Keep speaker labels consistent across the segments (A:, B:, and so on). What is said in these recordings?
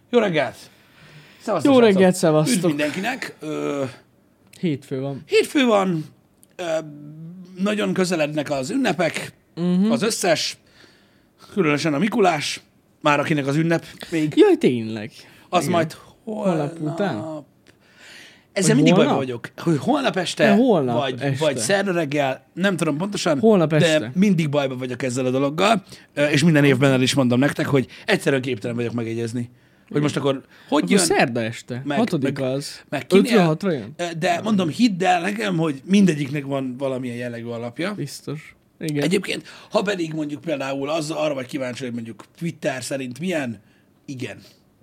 A: Jó reggelt! Szevasztok,
B: Jó
A: srácok.
B: reggelt, szevasztok!
A: Üdv mindenkinek!
B: Hétfő van.
A: Hétfő van, nagyon közelednek az ünnepek, az összes, különösen a Mikulás, már akinek az ünnep még,
B: Jaj, tényleg.
A: az
B: Igen.
A: majd
B: Holnap után?
A: Ezzel
B: Vagy
A: mindig
B: holnap?
A: bajban vagyok, hogy holnap este,
B: De holnap
A: vagy,
B: este.
A: vagy szerda reggel, nem tudom pontosan,
B: Holnap
A: de
B: este.
A: mindig bajban vagyok ezzel a dologgal, és minden évben el is mondom nektek, hogy egyszerűen képtelen vagyok megegyezni. Hogy most akkor hogy
B: Akkor
A: jön,
B: szerda este.
A: meg-
B: 6. az.
A: meg kinél,
B: 5-6-ra jön?
A: de mondom, hidd el nekem, hogy mindegyiknek van valamilyen jellegű alapja.
B: Biztos. Igen.
A: Egyébként, ha pedig mondjuk például arra vagy kíváncsi, hogy mondjuk Twitter szerint milyen, igen.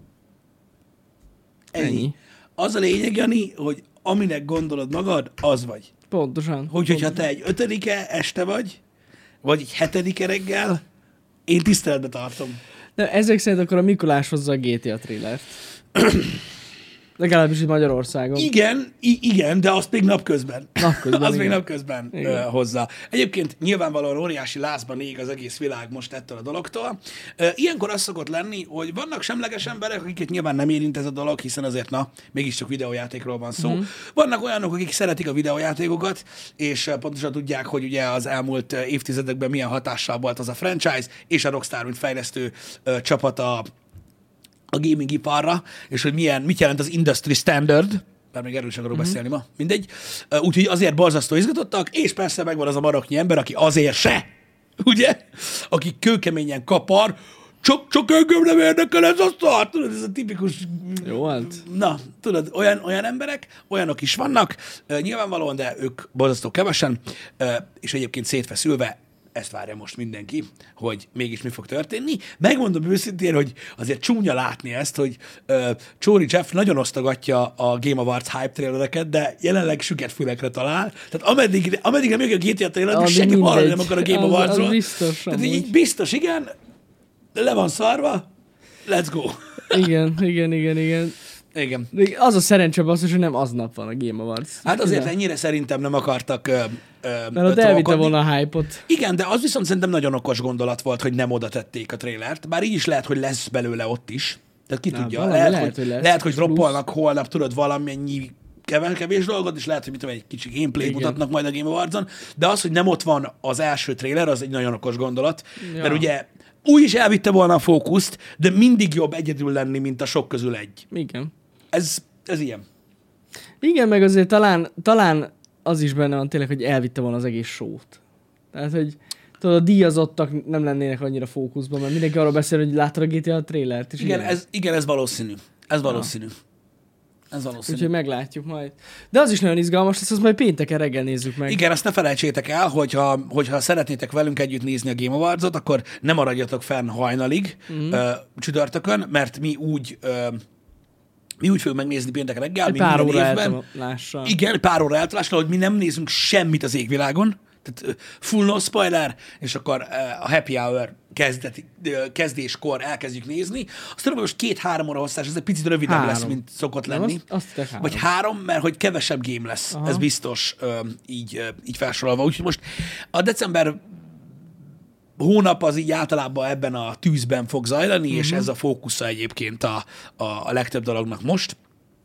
B: Ennyi.
A: Az a lényeg, Jani, hogy aminek gondolod magad, az vagy.
B: Pontosan.
A: Hogyha te egy 5-e este vagy egy 7-e reggel, én tiszteletbe tartom.
B: De ezek szerint akkor a Mikulás hozza a GTA trailert. Legalábbis itt Magyarországon.
A: Igen, de azt még napközben.
B: Napközben,
A: az még
B: igen.
A: napközben hozza. Egyébként nyilvánvalóan óriási lázban ég az egész világ most ettől a dologtól. Ilyenkor az szokott lenni, hogy vannak semleges emberek, akiket nyilván nem érint ez a dolog, hiszen azért mégiscsak videójátékról van szó. Vannak olyanok, akik szeretik a videójátékokat, és pontosan tudják, hogy ugye az elmúlt évtizedekben milyen hatással volt az a franchise, és a Rockstar, mint fejlesztő csapat a gaming iparra, és hogy mit jelent az industry standard, bár még erről sem akarok beszélni ma, mindegy. Úgyhogy azért borzasztó izgatottak, és persze megvan az a maroknyi ember, aki azért se, ugye? Aki kőkeményen kapar, csak engem nem érdekel ez a szar, tudod, ez a tipikus...
B: Jó, hát.
A: Na, tudod, olyan emberek, olyanok is vannak, nyilvánvalóan, de ők borzasztó kevesen, és egyébként szétfeszülve ezt várja most mindenki, hogy mégis mi fog történni. Megmondom őszintén, hogy azért csúnya látni ezt, hogy Csóri Jeff nagyon osztogatja a Game Awards hype trailereket, de jelenleg süket fülekre talál. Tehát ameddig nem jön a GTA trailer, addig senki hallani nem akar a Game Awardsról.
B: Az biztos.
A: Tehát
B: amúgy.
A: így biztos, igen, le van szarva, let's go.
B: Igen.
A: Igen.
B: De az a szerencse basszus, hogy nem aznap van a Game Awards.
A: Hát azért ennyire szerintem nem akartak
B: Mert ott elvitte
A: trollkodni.
B: volna a hype-ot.
A: Igen, de az viszont szerintem nagyon okos gondolat volt, hogy nem oda tették a trailert, bár így is lehet, hogy lesz belőle ott is. Tehát ki tudja,
B: valami
A: lehet,
B: hogy lesz.
A: lehet, hogy
B: Plusz.
A: droppolnak holnap, tudod, valamennyi kevés dolgot, és lehet, hogy mit tudom, egy kicsi gameplay
B: Igen.
A: mutatnak majd a Game Awards-on, de az, hogy nem ott van az első trailer, az egy nagyon okos gondolat,
B: Ja.
A: mert ugye úgy is elvitte volna a fókuszt, de mindig jobb egyedül lenni, mint a sok közül egy.
B: Igen.
A: Ez ilyen.
B: Igen, meg azért talán az is benne van tényleg, hogy elvitte volna az egész show-t. Tehát, hogy tudod, a díjazottak nem lennének annyira fókuszban, mert mindenki arról beszél, hogy láttad a GTA trailert. És
A: Igen, ez valószínű. Ez valószínű. Ez valószínű.
B: Úgyhogy meglátjuk majd. De az is nagyon izgalmas lesz, azt majd pénteken reggel nézzük meg.
A: Igen, azt ne felejtsétek el, hogyha szeretnétek velünk együtt nézni a Game Awards-ot, akkor ne maradjatok fenn hajnalig csütörtökön, mert mi úgy fogjuk megnézni pénteken reggel,
B: Egy
A: mint
B: pár
A: minden
B: óra
A: évben.
B: eltalással.
A: Igen, egy pár óra eltalással, hogy mi nem nézünk semmit az égvilágon, tehát full no spoiler, és akkor a happy hour kezdéskor elkezdjük nézni. Azt tudom, hogy most 2-3 óra hosszás, ez egy picit rövidebb
B: 3.
A: lesz, mint szokott
B: Nem,
A: lenni.
B: azt hittek 3.
A: Vagy 3, mert hogy kevesebb game lesz,
B: Aha.
A: ez biztos így felsorolva. Úgyhogy most a december hónap az így általában ebben a tűzben fog zajlani, és ez a fókusza egyébként a legtöbb dolognak most.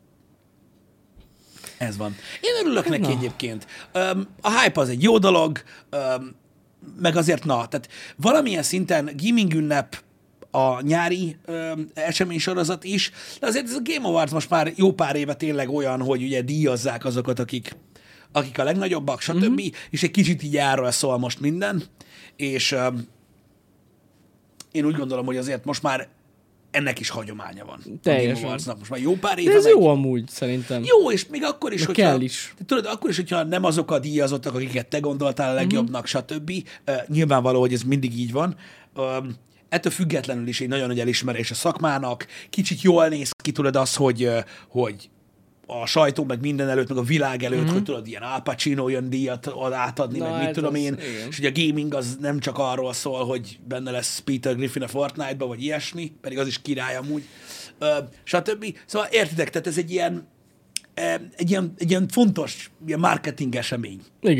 A: Ez van. Én örülök neki egyébként. A hype az egy jó dolog, meg azért tehát valamilyen szinten gaming ünnep a nyári eseménysorozat is, de azért ez a Game Awards most már jó pár éve tényleg olyan, hogy ugye díjazzák azokat, akik a legnagyobbak, stb. És egy kicsit így erről szól most minden, és én úgy gondolom, hogy azért most már ennek is hagyománya van.
B: Teljesen.
A: A Game Awardsnak most már jó pár éve
B: De ez
A: megy.
B: jó amúgy, szerintem.
A: Jó, és még akkor is,
B: De
A: hogyha...
B: kell is.
A: Tudod, akkor is, hogyha nem azok a díjazottak, akiket te gondoltál a legjobbnak, stb. Nyilvánvaló, hogy ez mindig így van. Ettől függetlenül is egy nagyon nagy elismerés a szakmának. Kicsit jól néz ki, tudod, az, hogy a sajtó, meg minden előtt, meg a világ előtt, hogy tudod, ilyen Al Pacino jön díjat átadni,
B: Na,
A: meg mit
B: hát
A: tudom
B: az-
A: én,
B: igen.
A: és ugye a gaming az nem csak arról szól, hogy benne lesz Peter Griffin a Fortnite-ba, vagy ilyesmi, pedig az is király amúgy, stb. Szóval értitek, tehát ez egy ilyen fontos ilyen marketing esemény.
B: Igen.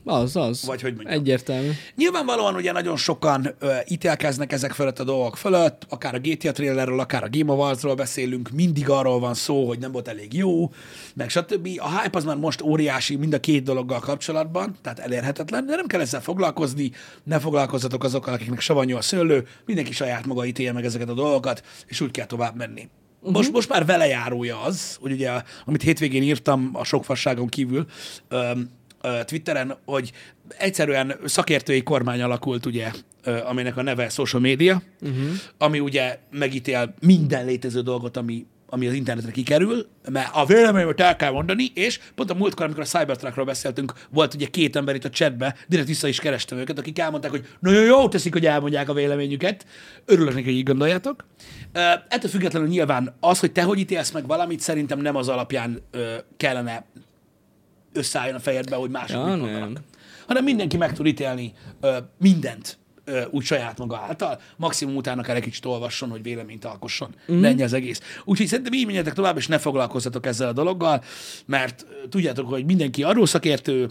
B: Az.
A: Vagy hogy mondjam.
B: Egyértelmű.
A: Nyilvánvalóan ugye nagyon sokan ítélkeznek ezek fölött a dolgok fölött, akár a GTA trailerről, akár a Game Awardsról beszélünk, mindig arról van szó, hogy nem volt elég jó, meg stb. A hype az már most óriási mind a két dologgal kapcsolatban, tehát elérhetetlen, de nem kell ezzel foglalkozni, ne foglalkozzatok azokkal, akiknek savanyú a szőlő, mindenki saját maga ítélje meg ezeket a dolgokat, és úgy kell tovább menni. Most már velejárója az, hogy ugye, amit hétvégén írtam a sok fasságon kívül, Twitteren, hogy egyszerűen szakértői kormány alakult, ugye, aminek a neve social media, ami ugye megítél minden létező dolgot, ami az internetre kikerül, mert a véleményemet el kell mondani, és pont a múltkor, amikor a Cybertruckról beszéltünk, volt ugye két ember itt a chatbe, direkt vissza is kerestem őket, akik elmondták, hogy nagyon jó teszik, hogy elmondják a véleményüket. Örülök neki, hogy így gondoljátok. Ettől függetlenül nyilván az, hogy te hogy ítélsz meg valamit, szerintem nem az alapján kellene összeálljon a fejedbe, hogy mások mit mondanak. Hanem mindenki meg tud ítélni mindent úgy saját maga által. Maximum utána kell egy kicsit olvasson, hogy véleményt alkosson. De ennyi az egész. Úgyhogy szerintem így menjetek tovább, és ne foglalkozzatok ezzel a dologgal, mert tudjátok, hogy mindenki arról szakértő,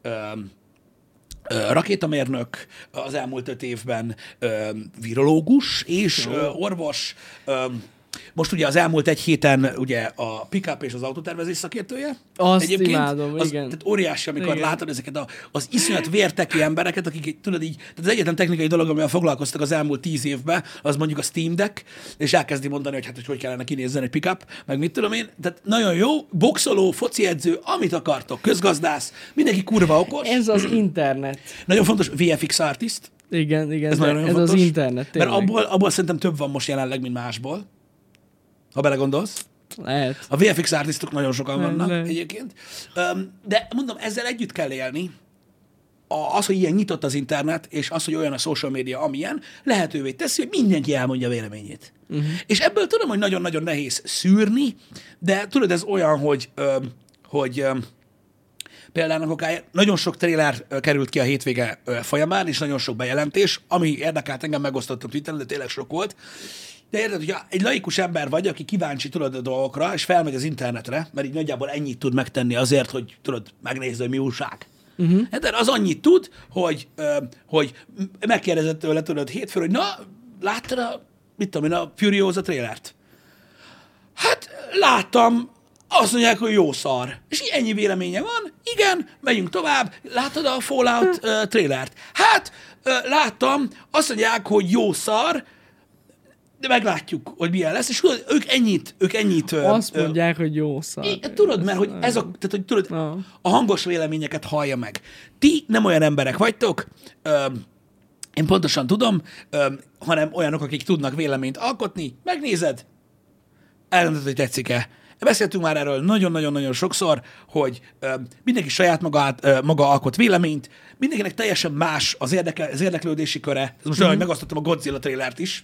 A: rakétamérnök az elmúlt 5 évben, virológus és orvos. Most ugye az elmúlt 1 héten ugye a pick-up és az autótervezés szakértője.
B: Azt
A: egyébként,
B: imádom, igen.
A: Tehát óriási, amikor látod ezeket az iszonyat vértekű embereket, akik tudod így, tehát az egyetlen technikai dolog, amivel foglalkoztak az elmúlt 10 évben, az mondjuk a Steam Deck, és elkezdi mondani, hogy hát hogy kellene kinézzen egy pick-up, meg mit tudom én. Tehát nagyon jó, boxoló, foci edző, amit akartok, közgazdász, mindenki kurva okos.
B: Ez az internet.
A: Nagyon fontos, VFX artist.
B: Igen,
A: Ez
B: az internet.
A: Tényleg. Mert abból szerintem több van most jelenleg, mint másból. Ha belegondolsz.
B: Lehet.
A: A VFX artistok nagyon sokan vannak egyébként. De mondom, ezzel együtt kell élni. Az, hogy ilyen nyitott az internet, és az, hogy olyan a social media, amilyen, lehetővé teszi, hogy mindenki elmondja a véleményét. És ebből tudom, hogy nagyon-nagyon nehéz szűrni, de tudod, ez olyan, hogy például akár nagyon sok trailer került ki a hétvége folyamán, és nagyon sok bejelentés, ami érdekelt engem, megosztottam Twitteren, de tényleg sok volt. De érted, hogyha egy laikus ember vagy, aki kíváncsi tudod a dolgokra, és felmegy az internetre, mert így nagyjából ennyit tud megtenni azért, hogy tudod, megnézd, hogy mi újság. De az annyit tud, hogy megkérdezett tőle, tudod, hétfőn, hogy na, láttad mit tudom én, a Furiosa trailert? Hát, láttam, azt mondják, hogy jó szar. És ennyi véleménye van, igen, megyünk tovább, láttad a Fallout trailert? Hát, láttam, azt mondják, hogy jó szar, de meglátjuk, hogy milyen lesz, és ők ennyit...
B: Azt mondják, hogy jó szar.
A: Tudod, mert hogy tehát, hogy tudod, a hangos véleményeket hallja meg. Ti nem olyan emberek vagytok, én pontosan tudom, hanem olyanok, akik tudnak véleményt alkotni, megnézed, elmondod, hogy tetszik-e. Beszéltünk már erről nagyon-nagyon-nagyon sokszor, hogy mindenki saját maga alkot véleményt, mindenkinek teljesen más az érdeklődési köre. Ez most olyan, hogy megosztottam a Godzilla trailert is.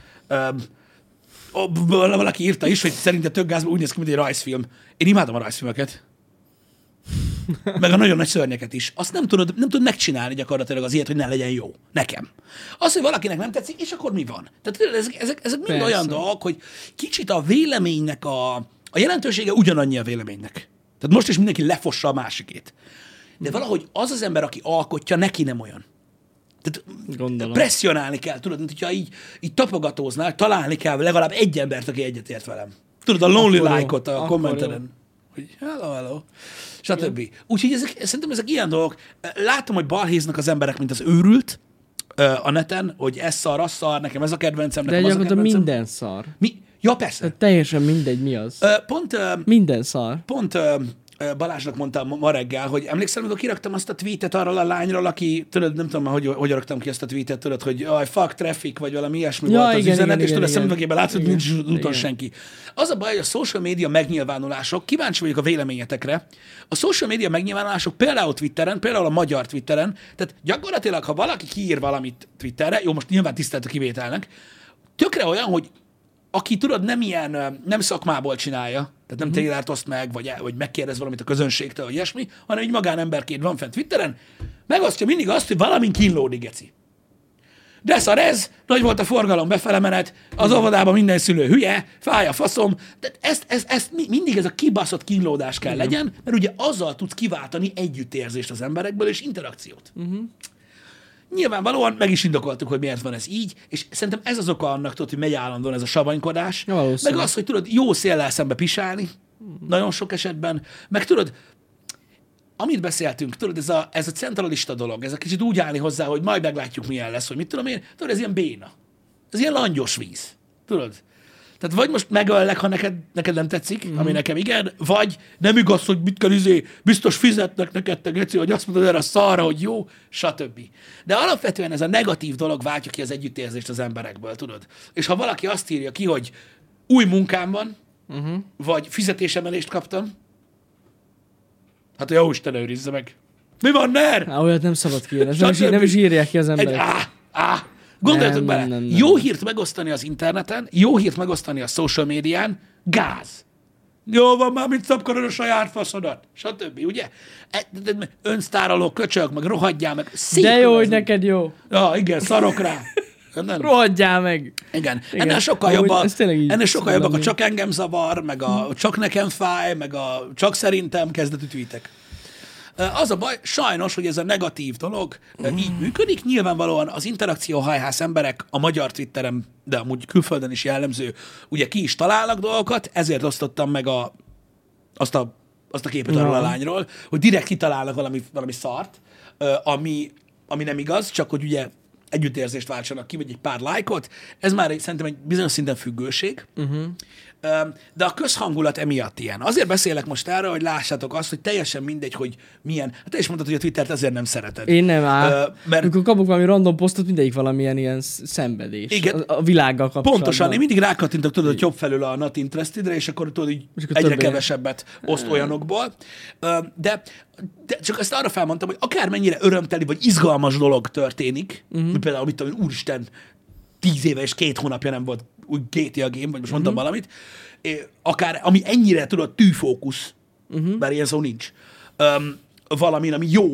A: Valaki írta is, hogy szerinte tök gázban úgy néz ki, mint egy rajzfilm. Én imádom a rajzfilmeket. Meg a nagyon nagy szörnyeket is. Azt nem tudod megcsinálni gyakorlatilag az ilyet, hogy ne legyen jó. Nekem. Az, hogy valakinek nem tetszik, és akkor mi van? Tehát ezek mind olyan dolgok, hogy kicsit a véleménynek a jelentősége ugyanannyi a véleménynek. Tehát most is mindenki lefossa a másikét. De valahogy az ember, aki alkotja, neki nem olyan. Tehát presszionálni kell, tudod, mint hogyha így tapogatóznál, találni kell legalább egy embert, aki egyetért velem. Tudod, a lonely like-ot a kommenteren. Hogy hello, stb. Úgyhogy szerintem ezek ilyen dolgok. Látom, hogy balhéznak az emberek, mint az őrült a neten, hogy ez szar, az szar, nekem ez a kedvencem, nekem
B: az a
A: kedvencem.
B: De minden szar.
A: Ja, persze.
B: Tehát teljesen mindegy, mi az. Minden szar.
A: Pont Balázsnak mondtam ma reggel, hogy emlékszel, amikor kiraktam azt a tweetet arról a lányról, aki, tudod, nem tudom már, hogy raktam ki azt a tweetet, tudod, hogy fuck traffic, vagy valami ilyesmi volt az üzenet, és tudod, a szemüvegében látod, hogy nincs úton senki. Az a baj, hogy a social media megnyilvánulások, kíváncsi vagyok a véleményetekre, a social media megnyilvánulások például Twitteren, például a magyar Twitteren, tehát gyakorlatilag, ha valaki kiír valamit Twitterre, jó, most nyilván tisztelt a kivételnek, tökre olyan, hogy aki tudod, nem szakmából csinálja, tehát nem trailert oszt meg, vagy megkérdez valamit a közönségtől, vagy ilyesmi, hanem így magánemberként van fent Twitteren, megosztja mindig azt, hogy valamin kínlódik, geci. de szar ez, nagy volt a forgalom, befele menet, az óvodában minden szülő hülye, fáj a faszom. De mindig ez a kibaszott kínlódás kell legyen, mert ugye azzal tudsz kiváltani együttérzést az emberekből, és interakciót. Nyilvánvalóan meg is indokoltuk, hogy miért van ez így, és szerintem ez az oka annak, tudod, hogy megy állandóan ez a savanykodás, meg az, hogy tudod, jó széllel szembe pisálni, nagyon sok esetben, meg tudod, amit beszéltünk, tudod, ez a centralista dolog, ez a kicsit úgy állni hozzá, hogy majd meglátjuk, milyen lesz, hogy mit tudom én, tudod, ez ilyen béna. Ez ilyen langyos víz, tudod? Tehát vagy most megöllek, ha neked nem tetszik, ami nekem igen, vagy nem igaz, hogy mit kell biztos fizetnek neked, te geci, hogy azt mondod erre a szarra, hogy jó, stb. De alapvetően ez a negatív dolog váltja ki az együttérzést az emberekből, tudod? És ha valaki azt írja ki, hogy új munkám van, vagy fizetésemelést kaptam, hát jó Isten őrizze meg. Mi van, ner?
B: Olyat nem szabad kiírni, nem is írják ki az emberek.
A: Gondoljatok bele, nem. Jó hírt megosztani az interneten, jó hírt megosztani a social médián, gáz. Jó van már, mint szabkarod a saját faszodat, stb. Ugye? Önsztároló köcsög, meg rohadjál meg.
B: De jó, hogy neked jó.
A: Ja, igen, szarok rá.
B: Rohadjál meg.
A: Igen. Ennél sokkal jobbak a csak engem zavar, meg a csak nekem fáj, meg a csak szerintem kezdetű tweetek. Az a baj, sajnos, hogy ez a negatív dolog így működik. Nyilvánvalóan az interakció hajhász emberek a magyar Twitteren, de amúgy külföldön is jellemző, ugye ki is találnak dolgokat, ezért osztottam meg azt a képet arról a lányról, hogy direkt kitalálnak valami szart, ami nem igaz, csak hogy ugye együttérzést váltsanak ki, vagy egy pár lájkot. Ez már szerintem egy bizonyos szinten függőség. De a közhangulat emiatt ilyen. Azért beszélek most erről, hogy lássátok azt, hogy teljesen mindegy, hogy milyen. Hát te is mondtad, hogy a Twittert ezért nem szereted.
B: Én nem mert... Amikor kapok valami random posztot, mindegyik valamilyen ilyen szenvedés. Igen. A világgal kapcsolatban. Pontosan.
A: Én mindig rákattintok, tudod, hogy jobb felül a not interested-re, és akkor tudod, hogy egyre kevesebbet oszt olyanokból. De csak ezt arra felmondtam, hogy akármennyire örömteli, vagy izgalmas dolog történik, például, mit tudom, úristen, 10 éve és 2 hónapja nem volt új GTA game, vagy most mondtam valamit, akár, ami ennyire, tudod, tűfókusz, bár ilyen szó nincs, valamin, ami jó,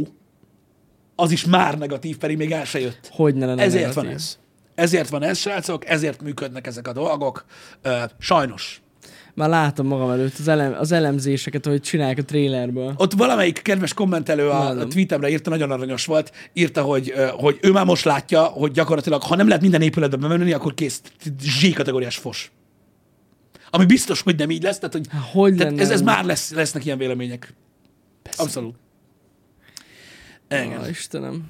A: az is már negatív, pedig még el se jött.
B: Hogy ne lenne
A: ezért negatív. Van ez. Ezért van ez, srácok, ezért működnek ezek a dolgok. Sajnos.
B: Már látom magam előtt az elemzéseket, hogy csinálják a trailerből.
A: Ott valamelyik kedves kommentelő a tweetemre írta, nagyon aranyos volt, írta, hogy ő már most látja, hogy gyakorlatilag, ha nem lehet minden épületbe bemenni, akkor kész Z-kategóriás fos. Ami biztos, hogy nem így lesz, tehát, tehát ez már lesznek ilyen vélemények. Persze. Abszolút.
B: Igen. Istenem.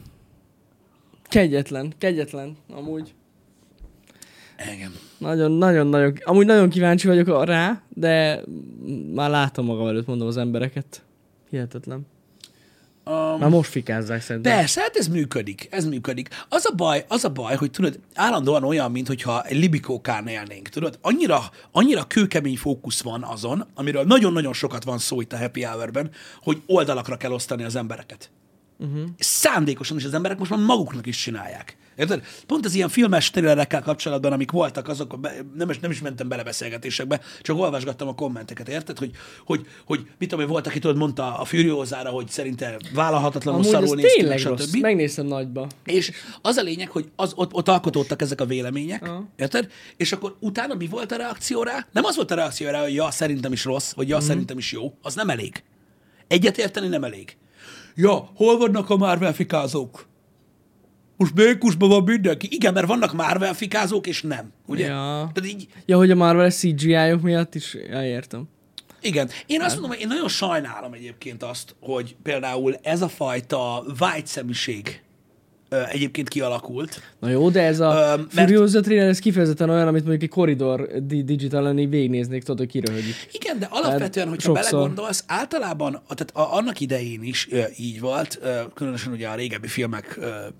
B: Kegyetlen, amúgy.
A: Igen.
B: Nagyon, amúgy nagyon kíváncsi vagyok rá, de már látom magam előtt, mondom, az embereket. Hihetetlen. Már most fikázzák szerintem.
A: Persze, hát ez működik. Az a baj, hogy tudod, állandóan olyan, mintha egy libikókán élnénk, tudod? Annyira kőkemény fókusz van azon, amiről nagyon-nagyon sokat van szó itt a Happy Hour-ben, hogy oldalakra kell osztani az embereket. Szándékosan is az emberek most már maguknak is csinálják. Érted? Pont az ilyen filmes trailerekkel kapcsolatban, amik voltak, azok nem is mentem bele beszélgetésekbe, csak olvasgattam a kommenteket, érted? Hogy mit tudom, hogy volt, aki tudod, mondta a Furiosára, hogy szerinte vállalhatatlanul szarul néz ki, stb.
B: Megnéztem nagyba.
A: És az a lényeg, hogy ott alkotódtak ezek a vélemények, érted? És akkor utána mi volt a reakció rá? Nem az volt a reakció rá, hogy ja, szerintem is rossz, vagy ja, szerintem is jó. Az nem elég. Egyetérteni nem elég. Ja, hol vannak a Marvel fikázók? Most békusban van mindenki. Igen, mert vannak Marvel fikázók, és nem. Ugye?
B: Ja, hogy a Marvel CGI-ok miatt is, értem.
A: Igen. Én azt mondom, hogy én nagyon sajnálom egyébként azt, hogy például ez a fajta vágyszeműség egyébként kialakult.
B: Na jó, de ez a Furiosa trailer, ez kifejezetten olyan, amit mondjuk egy Corridor Digital-en így végignéznék, tudod, hogy kiröhögik.
A: Igen, de alapvetően, hogyha belegondolsz, általában, tehát annak idején is így volt, különösen ugye a régebbi filmek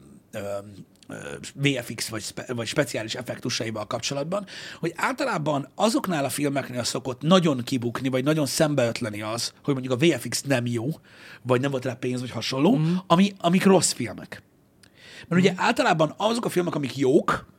A: VFX vagy speciális effektusaival kapcsolatban, hogy általában azoknál a filmeknél szokott nagyon kibukni, vagy nagyon szembeötleni az, hogy mondjuk a VFX nem jó, vagy nem volt rá pénz, vagy hasonló, amik rossz filmek. Mert ugye általában azok a filmek, amik jók,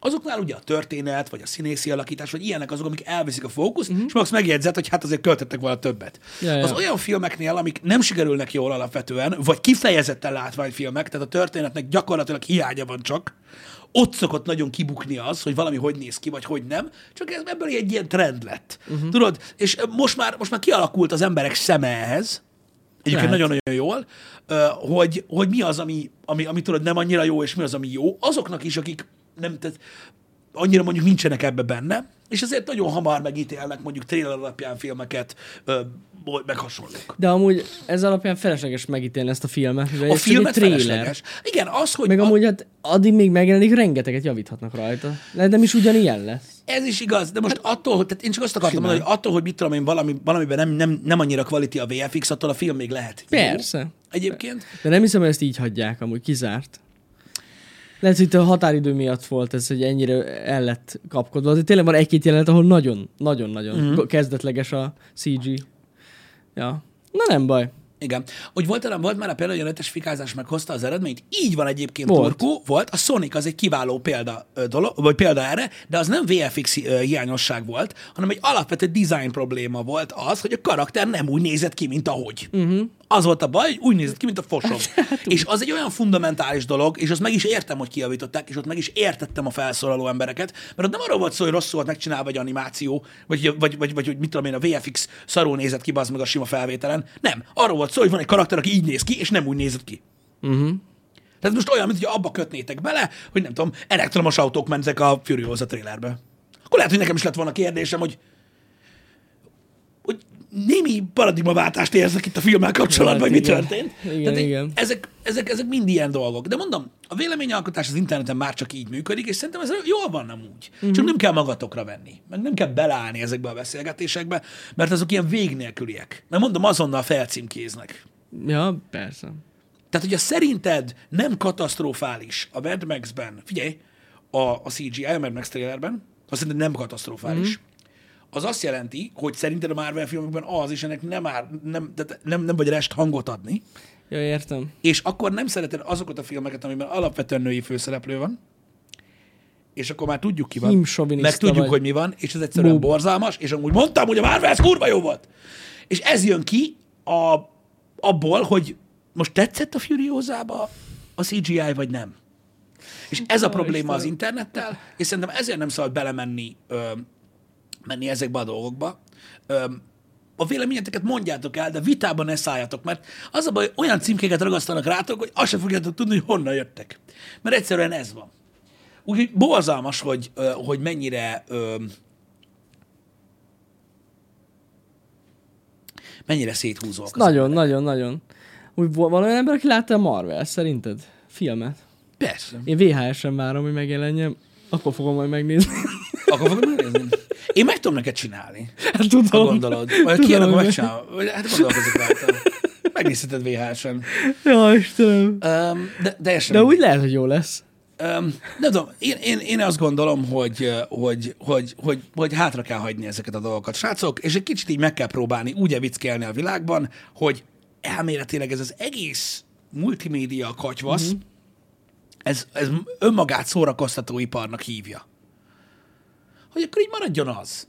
A: azoknál ugye a történet, vagy a színészi alakítás, vagy ilyenek azok, amik elviszik a fókuszt, és max megjegyzett, hogy hát azért költöttek volna többet. Az olyan filmeknél, amik nem sikerülnek jól alapvetően, vagy kifejezetten látványfilmek, tehát a történetnek gyakorlatilag hiánya van csak, ott szokott nagyon kibukni az, hogy valami hogy néz ki, vagy hogy nem, csak ebből egy ilyen trend lett. Tudod? És most már kialakult az emberek szeme ehhez, egyébként nagyon-nagyon jól, hogy mi az, ami tudod nem annyira jó, és mi az, ami jó. Azoknak is, akik nem, tehát annyira mondjuk nincsenek ebbe benne, és ezért nagyon hamar megítélnek mondjuk trailer alapján filmeket, meg hasonlók.
B: De amúgy ez alapján felesleges megítélni ezt a filmet.
A: A filmet felesleges. Igen, az, hogy...
B: Meg amúgy hát addig még megjelenik, rengeteget javíthatnak rajta. Lehet nem is ugyanilyen lesz.
A: Ez is igaz, de most attól, hogy, tehát én csak azt akartam mondani, hogy attól, hogy mit tudom én, valamiben nem annyira quality a VFX, attól a film még lehet.
B: Persze.
A: Jó, egyébként.
B: De nem hiszem, hogy ezt így hagyják, amúgy kizárt. Lehet, hogy itt a határidő miatt volt ez, hogy ennyire el lett kapkodva. De tényleg van egy-két jelenet, ahol nagyon-nagyon kezdetleges a CG. Ja. Na nem baj.
A: Igen. Úgy volt már például, hogy a netes fikázás meghozta az eredményt? Így van egyébként,
B: Volt.
A: Turkó, volt. A Sonic az egy kiváló példa erre, de az nem VFX hiányosság volt, hanem egy alapvető design probléma volt az, hogy a karakter nem úgy nézett ki, mint ahogy. Az volt a baj, hogy úgy nézett ki, mint a fosom. És az egy olyan fundamentális dolog, és azt meg is értem, hogy kijavították, és ott meg is értettem a felszólaló embereket, mert ott nem arról volt szó, hogy rosszul volt megcsinálva egy animáció, vagy hogy mit tudom én, a VFX szarul nézett ki, bazd meg a sima felvételen. Nem. Arról volt szó, hogy van egy karakter, aki így néz ki, és nem úgy nézett ki. Tehát most olyan, mint hogy abba kötnétek bele, hogy nem tudom, elektromos autók mentek a Furiosa trailerbe. Akkor lehet, hogy nekem is lett volna kérdésem, hogy némi paradigmaváltást érzek itt a filmmel kapcsolatban, hogy mi történt.
B: Igen.
A: Ezek mind ilyen dolgok. De mondom, a véleményalkotás az interneten már csak így működik, és szerintem ez jól van amúgy. Csak nem kell magatokra venni. Meg nem kell beleállni ezekbe a beszélgetésekbe, mert azok ilyen vég nélküliek. Mert mondom, azonnal felcímkéznek.
B: Ja, persze.
A: Tehát, hogyha szerinted nem katasztrofális a Mad Max-ben, figyelj, a CGI, a Mad Max trailerben, azt szerinted nem katasztrofális, az azt jelenti, hogy szerinted a Marvel filmekben az, és ennek nem vagy rest hangot adni.
B: Ja, értem.
A: És akkor nem szereted azokat a filmeket, amiben alapvetően női főszereplő van, és akkor már tudjuk ki van, meg tudjuk, vagy. Hogy mi van, és ez egyszerűen borzalmas, és amúgy mondtam, hogy a Marvel ez kurva jó volt. És ez jön ki abból, hogy most tetszett a Furiosába a CGI, vagy nem. És ez a probléma az internettel, és szerintem ezért nem szabad belemenni ezekbe a dolgokba. A véleményeteket mondjátok el, de vitában ne szálljatok, mert az a baj, olyan címkéket ragasztanak rátok, hogy azt sem fogjátok tudni, hogy honnan jöttek. Mert egyszerűen ez van. Úgyhogy borzalmas, hogy mennyire széthúzóak.
B: Nagyon. Úgy van olyan ember, aki látta a Marvel, szerinted? Filmet?
A: Persze.
B: Én VHS-en várom, hogy megjelenjen. Akkor fogom majd megnézni.
A: Akkor fogod megnézni? Én meg tudom neked csinálni.
B: Hát tudom.
A: Ha gondolod. Vagy ki akkor megcsinálom. Hát gondolkozok rajta. Megnézheted VHS-en.
B: Ja, Istenem.
A: De
B: úgy lehet, hogy jó lesz.
A: Nem tudom, én azt gondolom, hogy hátra kell hagyni ezeket a dolgokat, srácok, és egy kicsit így meg kell próbálni úgy evickelni a világban, hogy elméletileg ez az egész multimédia katyvasz, ez önmagát szórakoztató iparnak hívja. Hogy akkor így maradjon az.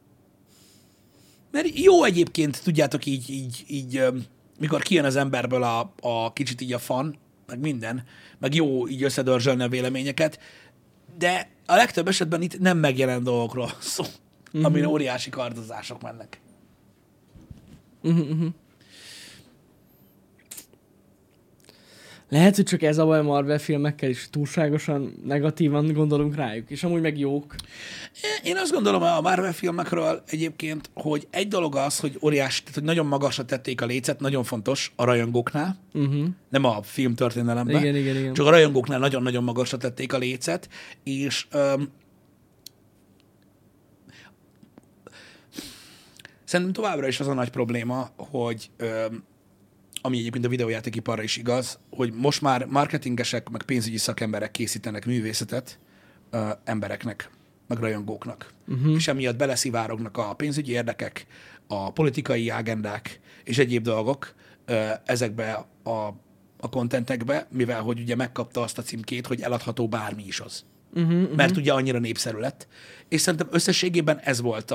A: Mert jó egyébként, tudjátok, így mikor kijön az emberből a kicsit így a fan, meg minden, meg jó így összedörzsölni a véleményeket, de a legtöbb esetben itt nem megjelent dolgokról szó, amin óriási kardozások mennek.
B: Lehet, hogy csak ez a baj a Marvel filmekkel is, túlságosan negatívan gondolunk rájuk, és amúgy meg jók.
A: Én azt gondolom a Marvel filmekről egyébként, hogy egy dolog az, hogy óriási, tehát hogy nagyon magasra tették a lécet, nagyon fontos a rajongóknál, nem a filmtörténelemben,
B: igen.
A: csak a rajongóknál nagyon-nagyon magasra tették a lécet, és szerintem továbbra is az a nagy probléma, hogy ami egyébként a videójátékiparra is igaz, hogy most már marketingesek, meg pénzügyi szakemberek készítenek művészetet embereknek, meg rajongóknak. És emiatt beleszivárognak a pénzügyi érdekek, a politikai agendák és egyéb dolgok ezekbe a kontentekbe, mivel hogy ugye megkapta azt a címkét, hogy eladható bármi is az. mert ugye annyira népszerű lett. És szerintem összességében ez volt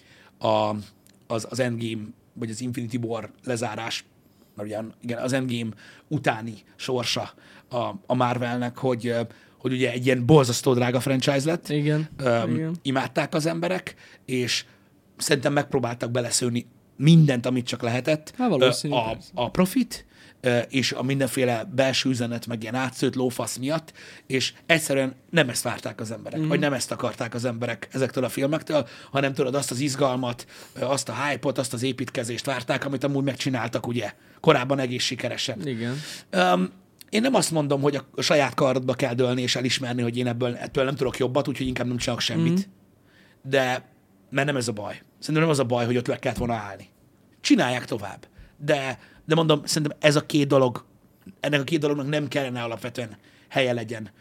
A: az Endgame, vagy az Infinity War lezárás, mert ugye igen, az Endgame utáni sorsa a Marvelnek, hogy ugye egy ilyen borzasztó drága franchise lett.
B: Igen.
A: Imádták az emberek, és szerintem megpróbáltak beleszőni mindent, amit csak lehetett. A profit, és a mindenféle belső üzenet, meg ilyen átszőtt lófasz miatt, és egyszerűen nem ezt várták az emberek, vagy nem ezt akarták az emberek ezektől a filmektől, hanem tudod, azt az izgalmat, azt a hype-ot, azt az építkezést várták, amit amúgy megcsináltak, ugye, korábban egész sikeresen.
B: Igen.
A: Én nem azt mondom, hogy a saját karodba kell dőlni és elismerni, hogy én ettől nem tudok jobbat, úgyhogy inkább nem csinálok semmit. De, mert nem ez a baj. Szerintem nem az a baj, hogy ott meg kellett volna állni. Csinálják tovább. De mondom, szerintem ez a két dolog, ennek a két dolognak nem kellene alapvetően helye legyen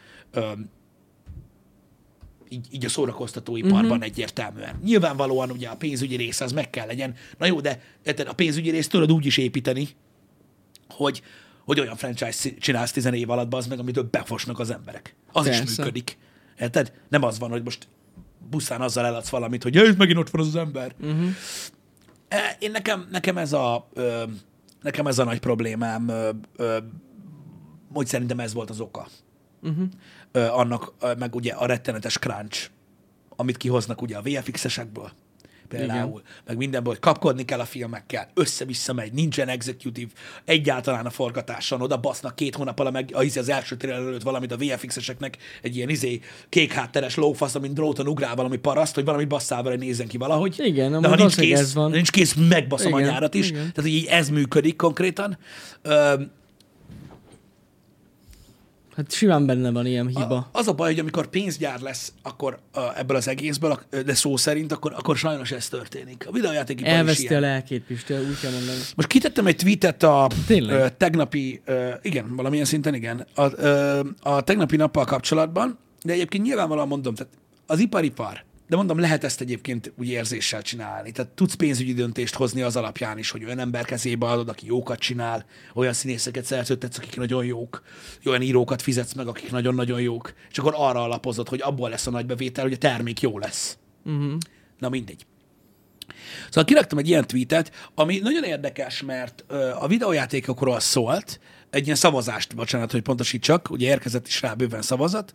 A: így a szórakoztatóiparban egyértelműen. Nyilvánvalóan ugye a pénzügyi része az meg kell legyen. Na jó, de a pénzügyi részt tudod úgy is építeni, hogy olyan franchise csinálsz 10 év alatt, az meg, amitől befosnak az emberek. Az Persze. is működik. Érted? Nem az van, hogy most buszán azzal eladsz valamit, hogy itt megint ott van az ember. Én nekem ez a nagy problémám, hogy szerintem ez volt az oka. Annak, meg ugye a rettenetes crunch, amit kihoznak ugye a VFX-esekből, például, igen. meg mindenből, hogy kapkodni kell a filmekkel, össze-vissza megy, nincsen executive, egyáltalán a forgatáson, oda basznak 2 hónappal az első trailer előtt valamit a VFX-eseknek, egy ilyen kék hátteres lófasz, amint dróton ugrál valami paraszt, hogy valamit basszál vele, nézzen ki valahogy.
B: Igen,
A: de ha nincs kész, megbaszom a nyárat is.
B: Igen.
A: Tehát így ez működik konkrétan.
B: Hát simán benne van ilyen hiba.
A: Az a baj, hogy amikor pénzgyár lesz akkor ebből az egészből, de szó szerint, akkor sajnos ez történik. A videójátékipar
B: elveszti a lelkét, Pisti, úgy kell mondani.
A: Most kitettem egy tweetet a tegnapi, igen, valamilyen szinten igen, a tegnapi nappal kapcsolatban, de egyébként nyilvánvalóan mondom, tehát az ipar, de mondom, lehet ezt egyébként úgy érzéssel csinálni. Tehát tudsz pénzügyi döntést hozni az alapján is, hogy olyan ember kezébe adod, aki jókat csinál, olyan színészeket szerződtetsz, akik nagyon jók, olyan írókat fizetsz meg, akik nagyon-nagyon jók, és akkor arra alapozod, hogy abból lesz a nagy bevétel, hogy a termék jó lesz. Na mindegy. Szóval kiraktam egy ilyen tweetet, ami nagyon érdekes, mert a videójátékokról szólt, egy ilyen szavazást, bocsánat, hogy pontosítsak, ugye érkezett is rá bőven szavazat,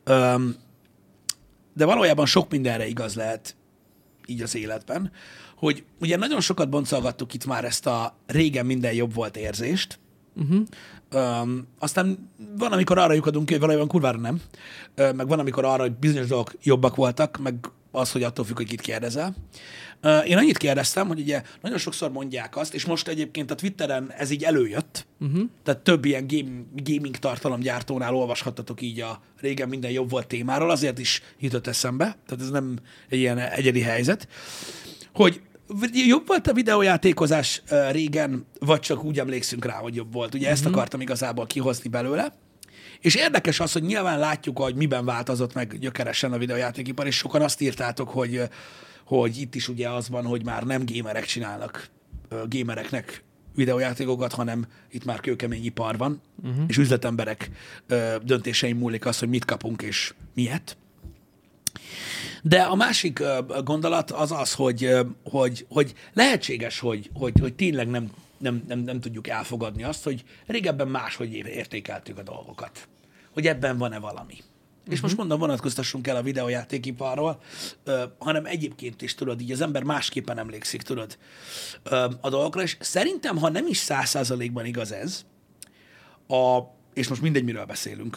A: de valójában sok mindenre igaz lehet így az életben, hogy ugye nagyon sokat boncolgattuk itt már ezt a régen minden jobb volt érzést, aztán van, amikor arra lyukadunk ki, hogy valójában kurvára nem, meg van, amikor arra, hogy bizonyos dolgok jobbak voltak, meg az, hogy attól függ, hogy kit kérdezel. Én annyit kérdeztem, hogy ugye nagyon sokszor mondják azt, és most egyébként a Twitteren ez így előjött, tehát több ilyen gaming tartalomgyártónál olvashattatok így a régen minden jobb volt témáról, azért is jutott eszembe, tehát ez nem egy ilyen egyedi helyzet, hogy jobb volt a videójátékozás régen, vagy csak úgy emlékszünk rá, hogy jobb volt. Ugye ezt akartam igazából kihozni belőle. És érdekes az, hogy nyilván látjuk, hogy miben változott meg gyökeresen a videójátékipar, és sokan azt írtátok, hogy itt is ugye az van, hogy már nem gémerek csinálnak gémereknek videójátékokat, hanem itt már kőkemény ipar van, és üzletemberek döntésein múlik az, hogy mit kapunk és miért. De a másik gondolat az az, hogy lehetséges, hogy tényleg nem tudjuk elfogadni azt, hogy régebben máshogy értékeltük a dolgokat. Hogy ebben van-e valami. És most mondom, vonatkoztassunk el a videójátékiparról, hanem egyébként is, tudod, így az ember másképpen emlékszik, tudod, a dolgokra, és szerintem, ha nem is 100%-ban igaz ez, és most mindegy, miről beszélünk,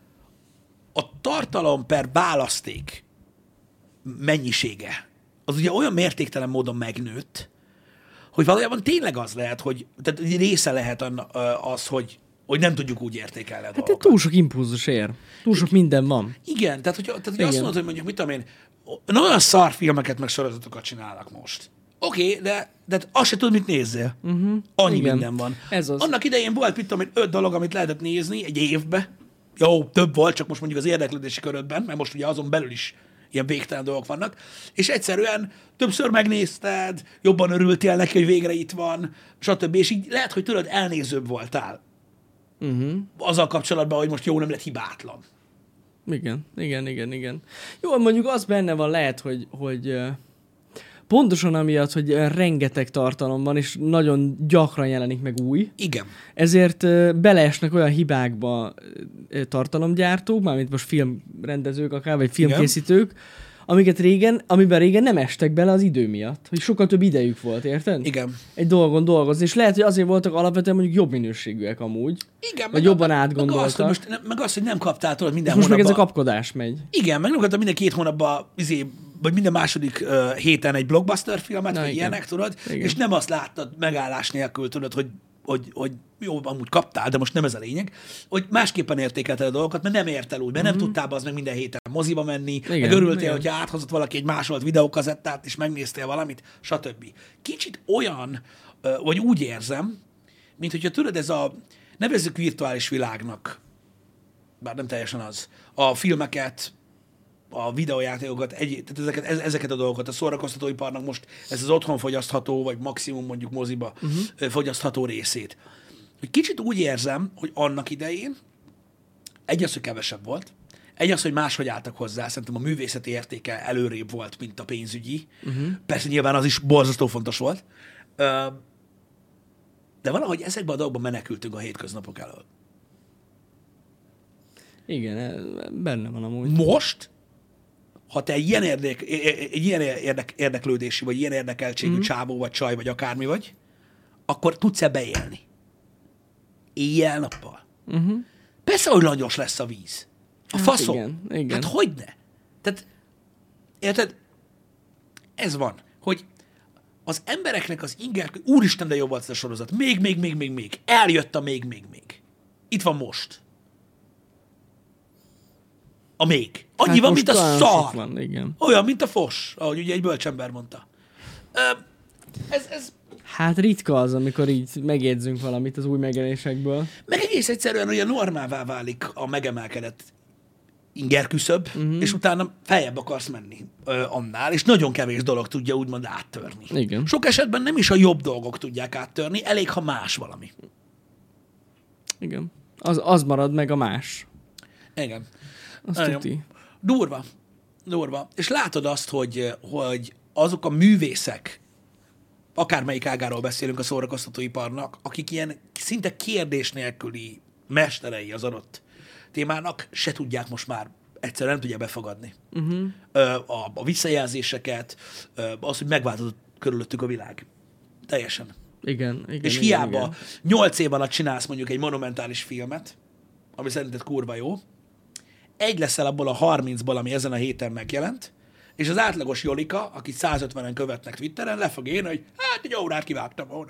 A: a tartalom per választék mennyisége, az ugye olyan mértéktelen módon megnőtt, hogy valójában tényleg az lehet, hogy tehát része lehet az, hogy nem tudjuk úgy értékelni a dolgokat.
B: Hát túl sok impulzus ér. Túl sok minden van.
A: Igen, tehát hogy azt mondod, hogy mondjuk, mit tudom én, olyan szar filmeket meg sorozatokat csinálnak most. Oké, de azt se tudod, mit nézzél. Annyi igen. Minden van.
B: Ez az.
A: Annak idején volt, mit tudom én, 5 dolog, amit lehetett nézni egy évbe. Jó, több volt, csak most mondjuk az érdeklődési körödben, mert most ugye azon belül is ilyen végtelen dolgok vannak, és egyszerűen többször megnézted, jobban örültél neki, hogy végre itt van, stb. És így lehet, hogy tudod, elnézőbb voltál azzal kapcsolatban, hogy most jó, nem lett hibátlan.
B: Igen. Jó, mondjuk az benne van lehet, hogy pontosan amiatt, hogy rengeteg tartalom van, és nagyon gyakran jelenik meg új.
A: Igen.
B: Ezért beleesnek olyan hibákba tartalomgyártók, mármint most filmrendezők akár, vagy filmkészítők, amiben régen nem estek bele az idő miatt. Hogy sokkal több idejük volt, érted?
A: Igen.
B: Egy dolgon dolgozni. És lehet, hogy azért voltak alapvetően mondjuk jobb minőségűek amúgy.
A: Igen,
B: vagy jobban átgondoltak.
A: Meg azt, hogy nem kaptál tőled minden
B: most
A: hónapban.
B: meg ez a kapkodás megy.
A: Igen, meg nem kaptál minden 2 hónapban vagy minden második héten egy blockbuster filmet, vagy ilyenek, tudod? Igen. És nem azt láttad megállás nélkül, tudod, hogy jó, amúgy kaptál, de most nem ez a lényeg, hogy másképpen értékelted a dolgokat, mert nem értel úgy, mert nem tudtál az meg minden héten moziba menni, igen, meg örültél, hogyha áthozott valaki egy másolt videókazettát, és megnéztél valamit, stb. Kicsit olyan, vagy úgy érzem, mint hogyha tudod, ez a, nevezzük virtuális világnak, bár nem teljesen az, a filmeket, a videójátékokat, tehát ezeket a dolgokat, a szórakoztatóiparnak most ez az otthon fogyasztható, vagy maximum mondjuk moziba fogyasztható részét. Hogy kicsit úgy érzem, hogy annak idején egy az, hogy kevesebb volt, egy az, hogy máshogy álltak hozzá, szerintem a művészeti értéke előrébb volt, mint a pénzügyi. Persze nyilván az is borzasztó fontos volt, de valahogy ezekben a dolgokban menekültünk a hétköznapok elől.
B: Igen, benne van amúgy.
A: Most, ha te egy ilyen érdeklődési, vagy ilyen érdekeltségű csávó, vagy csaj, vagy akármi vagy, akkor tudsz ebbe élni. Éjjel-nappal. Persze, hogy langyos lesz a víz. A faszom.
B: Igen.
A: Hát hogyne? Tehát, érted? Ez van, hogy az embereknek az inger... Úristen, de jó volt ez a sorozat. Még. Eljött a még. Itt van most. A még. Annyi hát van, mint a szar.
B: Van, igen.
A: Olyan, mint a fos, ahogy ugye egy bölcsember mondta. Ez...
B: Hát ritka az, amikor így megjegyzünk valamit az új megjelenésekből.
A: Meg egész egyszerűen olyan normává válik a megemelkedett ingerküszöb, és utána feljebb akarsz menni annál, és nagyon kevés dolog tudja úgymond áttörni.
B: Igen.
A: Sok esetben nem is a jobb dolgok tudják áttörni, elég, ha más valami.
B: Igen. Az marad meg a más.
A: Igen.
B: Azt tuti.
A: Durva. És látod azt, hogy azok a művészek, akármelyik ágáról beszélünk a szórakoztatóiparnak, akik ilyen szinte kérdés nélküli mesterei az adott témának, se tudják most már egyszerűen nem tudja befogadni. A visszajelzéseket, az, hogy megváltozott körülöttük a világ. Teljesen.
B: Igen.
A: És hiába 8 év alatt csinálsz mondjuk egy monumentális filmet, ami szerinted kurva jó, egy leszel abból a 30-ból, ami ezen a héten megjelent, és az átlagos Jolika, akit 150-en követnek Twitteren, le fog írni, hogy hát egy órát kivágtam volna.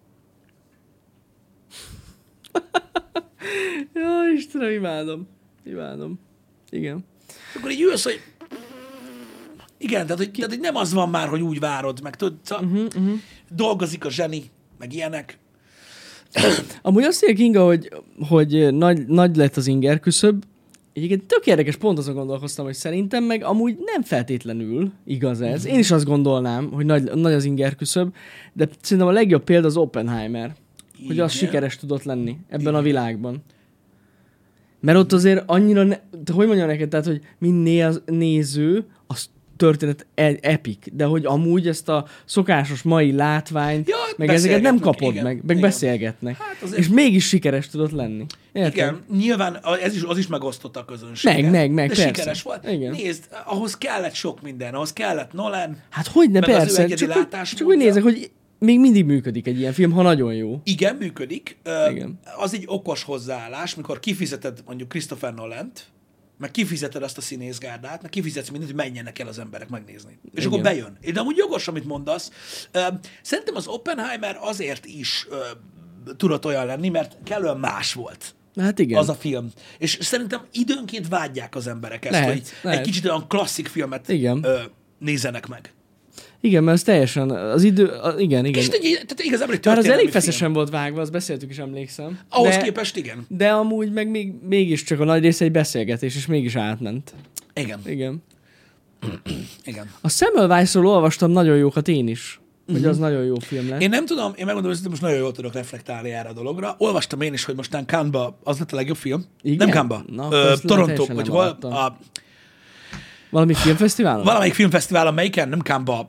B: Jó, Istenem, imádom. Igen.
A: Akkor így ülsz, hogy igen, tehát hogy nem az van már, hogy úgy várod, meg tudod, dolgozik a zseni, meg ilyenek.
B: Amúgy azt mondja Kinga, hogy nagy lett az inger küszöb. Egyébként tök érdekes, pont azon gondolkoztam, hogy szerintem meg amúgy nem feltétlenül igaz ez. Én is azt gondolnám, hogy nagy az inger küszöb, de szerintem a legjobb példa az Oppenheimer, hogy az sikeres tudott lenni ebben a világban. Mert ott azért annyira, hogy mondjam neked, tehát, hogy mind néző, az történet epic, de hogy amúgy ezt a szokásos mai látványt, meg ezeket nem kapod meg beszélgetnek. Hát és mégis sikeres tudott lenni. Érted?
A: Igen, nyilván az is megosztotta a közönséget.
B: Meg,
A: de
B: persze.
A: Sikeres volt. Igen. Nézd, ahhoz kellett sok minden, ahhoz kellett Nolan.
B: Hát hogyne, persze. Csak úgy nézek, hogy még mindig működik egy ilyen film, ha nagyon jó.
A: Igen, működik. Igen. Az egy okos hozzáállás, mikor kifizeted mondjuk Christopher Nolant, meg kifizeted azt a színészgárdát, meg kifizetsz mindent, hogy menjenek el az emberek megnézni. És igen. Akkor bejön. De amúgy jogos, amit mondasz. Szerintem az Oppenheimer azért is tudott olyan lenni, mert kellően más volt.
B: Hát igen.
A: Az a film. És szerintem időnként vágyják az emberek ezt, hogy egy kicsit olyan klasszik filmet nézzenek meg.
B: Igen, mert ez teljesen az idő... Igen.
A: És tehát igazából egy
B: már az elég feszesen volt vágva, azt beszéltük is, emlékszem.
A: Ahhoz képest igen.
B: De amúgy meg mégiscsak a nagy része egy beszélgetés, és mégis átment.
A: Igen.
B: A Semmelweisról olvastam nagyon jókat én is. hogy az nagyon jó film lett.
A: Én nem tudom, én megmondom, hogy most nagyon jól tudok reflektálni erre a dologra. Olvastam én is, hogy mostán Cannes-ba az lett a legjobb film.
B: Igen?
A: Nem Cannes-ba.
B: Na, akkor ezt
A: Toronto,
B: teljesen
A: vagy
B: nem
A: hol?
B: hallottam. Valami filmfesztiválon?
A: Valamelyik filmfesztiválon, melyiken? Nem Cannes-ba.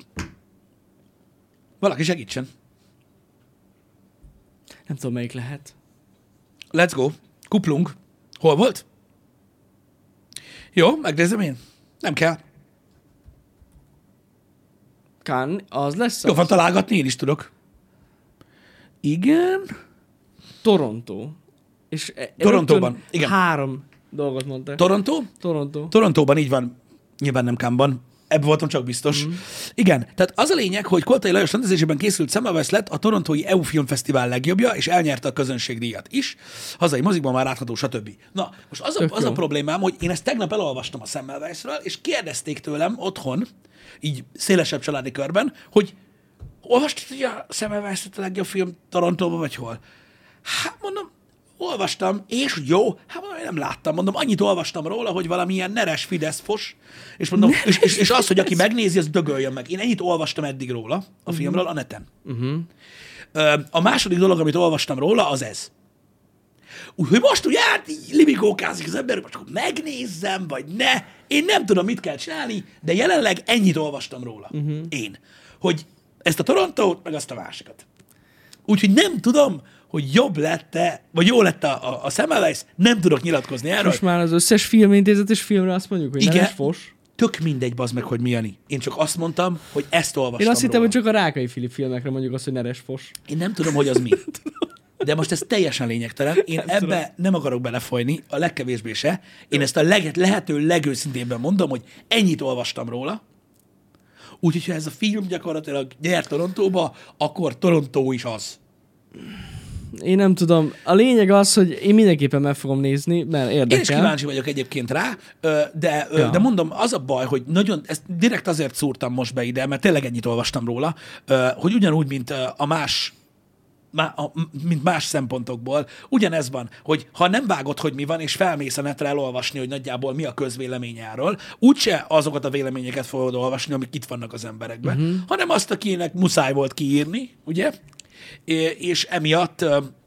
A: Valaki segítsen.
B: Nem tudom, melyik lehet.
A: Let's go. Kuplung. Hol volt? Jó, megnézem én. Nem kell.
B: Cannes, az lesz
A: Jó
B: az?
A: van találgatni, én is tudok. Igen.
B: Toronto. És
A: Torontóban,
B: rögtön
A: igen.
B: 3 dolgot mondtak.
A: Toronto?
B: Toronto.
A: Torontóban így van. Nyilván nem Cannes-ban. Ebből voltam csak biztos. Igen, tehát az a lényeg, hogy Koltai Lajos rendezésében készült Semmelweis lett a Torontói EU Filmfesztivál legjobbja, és elnyerte a közönségdíjat is. Hazai mozikban már látható, stb. Na, most az a problémám, hogy én ezt tegnap elolvastam a Semmelweisről, és kérdezték tőlem otthon, így szélesebb családi körben, hogy olvastad, hogy a Semmelweis lett a legjobb film Torontóban, vagy hol? Hát mondom, olvastam, és jó, hát mondom, én nem láttam, mondom, annyit olvastam róla, hogy valamilyen neres Fidesz-fos, és mondom, és az, hogy aki megnézi, az dögöljön meg. Én ennyit olvastam eddig róla, a filmről, a neten. A második dolog, amit olvastam róla, az ez. Úgyhogy most ugye így libikókázik az ember, hogy csak megnézzem, vagy ne. Én nem tudom, mit kell csinálni, de jelenleg ennyit olvastam róla. Én. Hogy ezt a Torontót, meg azt a másikat. Úgyhogy nem tudom, hogy jobb lett-e, vagy jó lett a Semmelweis, nem tudok nyilatkozni erről.
B: Most már az összes filmintézetes filmre azt mondjuk, hogy
A: Igen.
B: Nemes Fos.
A: Tök mindegy, bazd meg, hogy mi, Jani. Én csak azt mondtam, hogy ezt olvastam
B: Én azt hittem,
A: róla.
B: hogy csak a Rákai Filip filmekre mondjuk azt, hogy Neres Fos.
A: Én nem tudom, hogy az mi. De most ez teljesen lényegtelen. Én ebbe nem akarok belefolyni, a legkevésbé se. Én ezt a lehető legőszintébben mondom, hogy ennyit olvastam róla. Úgyhogy, ha ez a film gyakorlatilag nyer Torontóba, akkor Torontó is az.
B: Én nem tudom. A lényeg az, hogy én mindenképpen meg fogom nézni, mert
A: Én is
B: érdekel.
A: kíváncsi vagyok egyébként rá, de mondom, az a baj, hogy ezt direkt azért szúrtam most be ide, mert tényleg ennyit olvastam róla, hogy ugyanúgy, mint mint más szempontokból, ugyanez van, hogy ha nem vágod, hogy mi van, és felmész a netre elolvasni, hogy nagyjából mi a közvélemény erről, úgyse azokat a véleményeket fogod olvasni, amik itt vannak az emberekben, hanem azt, akinek muszáj volt kiírni, ugye? És emiatt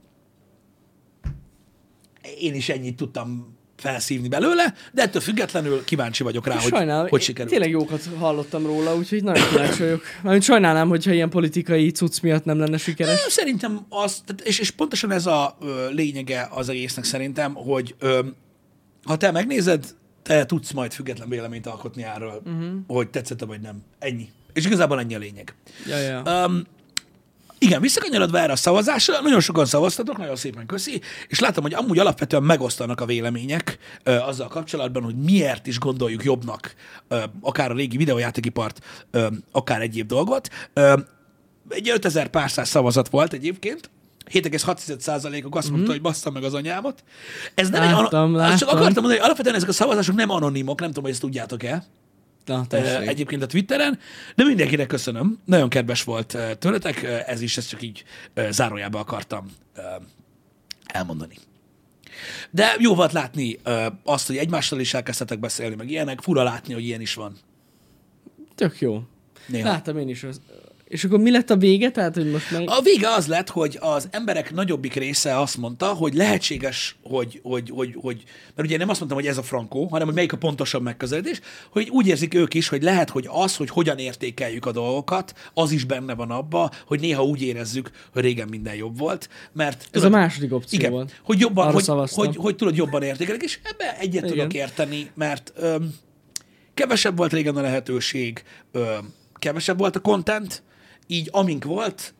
A: én is ennyit tudtam felszívni belőle, de ettől függetlenül kíváncsi vagyok rá, hogy sikerült.
B: Tényleg jókat hallottam róla, úgyhogy nagyon kíváncsi vagyok. Mármint sajnálnám, hogyha ilyen politikai cucc miatt nem lenne sikeres.
A: Szerintem az, és pontosan ez a lényege az egésznek szerintem, hogy ha te megnézed, te tudsz majd független véleményt alkotni erről, hogy tetszett vagy nem. Ennyi. És igazából ennyi a lényeg.
B: Ja.
A: Igen, visszakanyarodva erre a szavazásra, nagyon sokan szavaztatok, nagyon szépen köszi, és látom, hogy amúgy alapvetően megosztanak a vélemények azzal kapcsolatban, hogy miért is gondoljuk jobbnak akár a régi videójátékipart, akár egyéb dolgot. Egy 5000 pár száz szavazat volt egyébként, 7,6%-ok azt mondta, hogy bassza meg az anyámat. Ez nem
B: Láttam.
A: Csak akartam mondani, hogy alapvetően ezek a szavazások nem anonimok, nem tudom, hogy ezt tudjátok-e.
B: Na,
A: Egyébként a Twitteren, de mindenkinek köszönöm, nagyon kedves volt tőletek, ezt csak így zárójába akartam elmondani. De jó volt látni azt, hogy egymással is elkezdtetek beszélni, meg ilyenek, fura látni, hogy ilyen is van.
B: Tök jó.
A: Néha.
B: Láttam én is. És akkor mi lett a vége? Tehát, hogy most meg...
A: A vége az lett, hogy az emberek nagyobbik része azt mondta, hogy lehetséges, hogy mert ugye nem azt mondtam, hogy ez a frankó, hanem hogy melyik a pontosabb megközelítés, hogy úgy érzik ők is, hogy lehet, hogy az, hogy hogyan értékeljük a dolgokat, az is benne van abba, hogy néha úgy érezzük, hogy régen minden jobb volt, mert...
B: Ez a második opció
A: igen,
B: volt.
A: hogy jobban,
B: hogy
A: hogy tudod jobban értékelni, és ebbe egyet tudok érteni, mert kevesebb volt régen a lehetőség, kevesebb volt a content, így amink volt,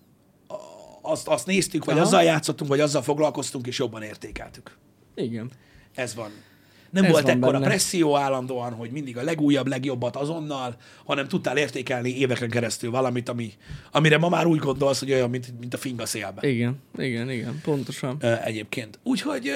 A: azt néztük, vagy azzal játszottunk, vagy azzal foglalkoztunk, és jobban értékeltük.
B: Igen.
A: Ez van. Nem volt ekkora presszió állandóan, hogy mindig a legújabb, legjobbat azonnal, hanem tudtál értékelni éveken keresztül valamit, amire ma már úgy gondolsz, hogy olyan, mint a finga szélbe.
B: Igen, pontosan.
A: Egyébként. Úgyhogy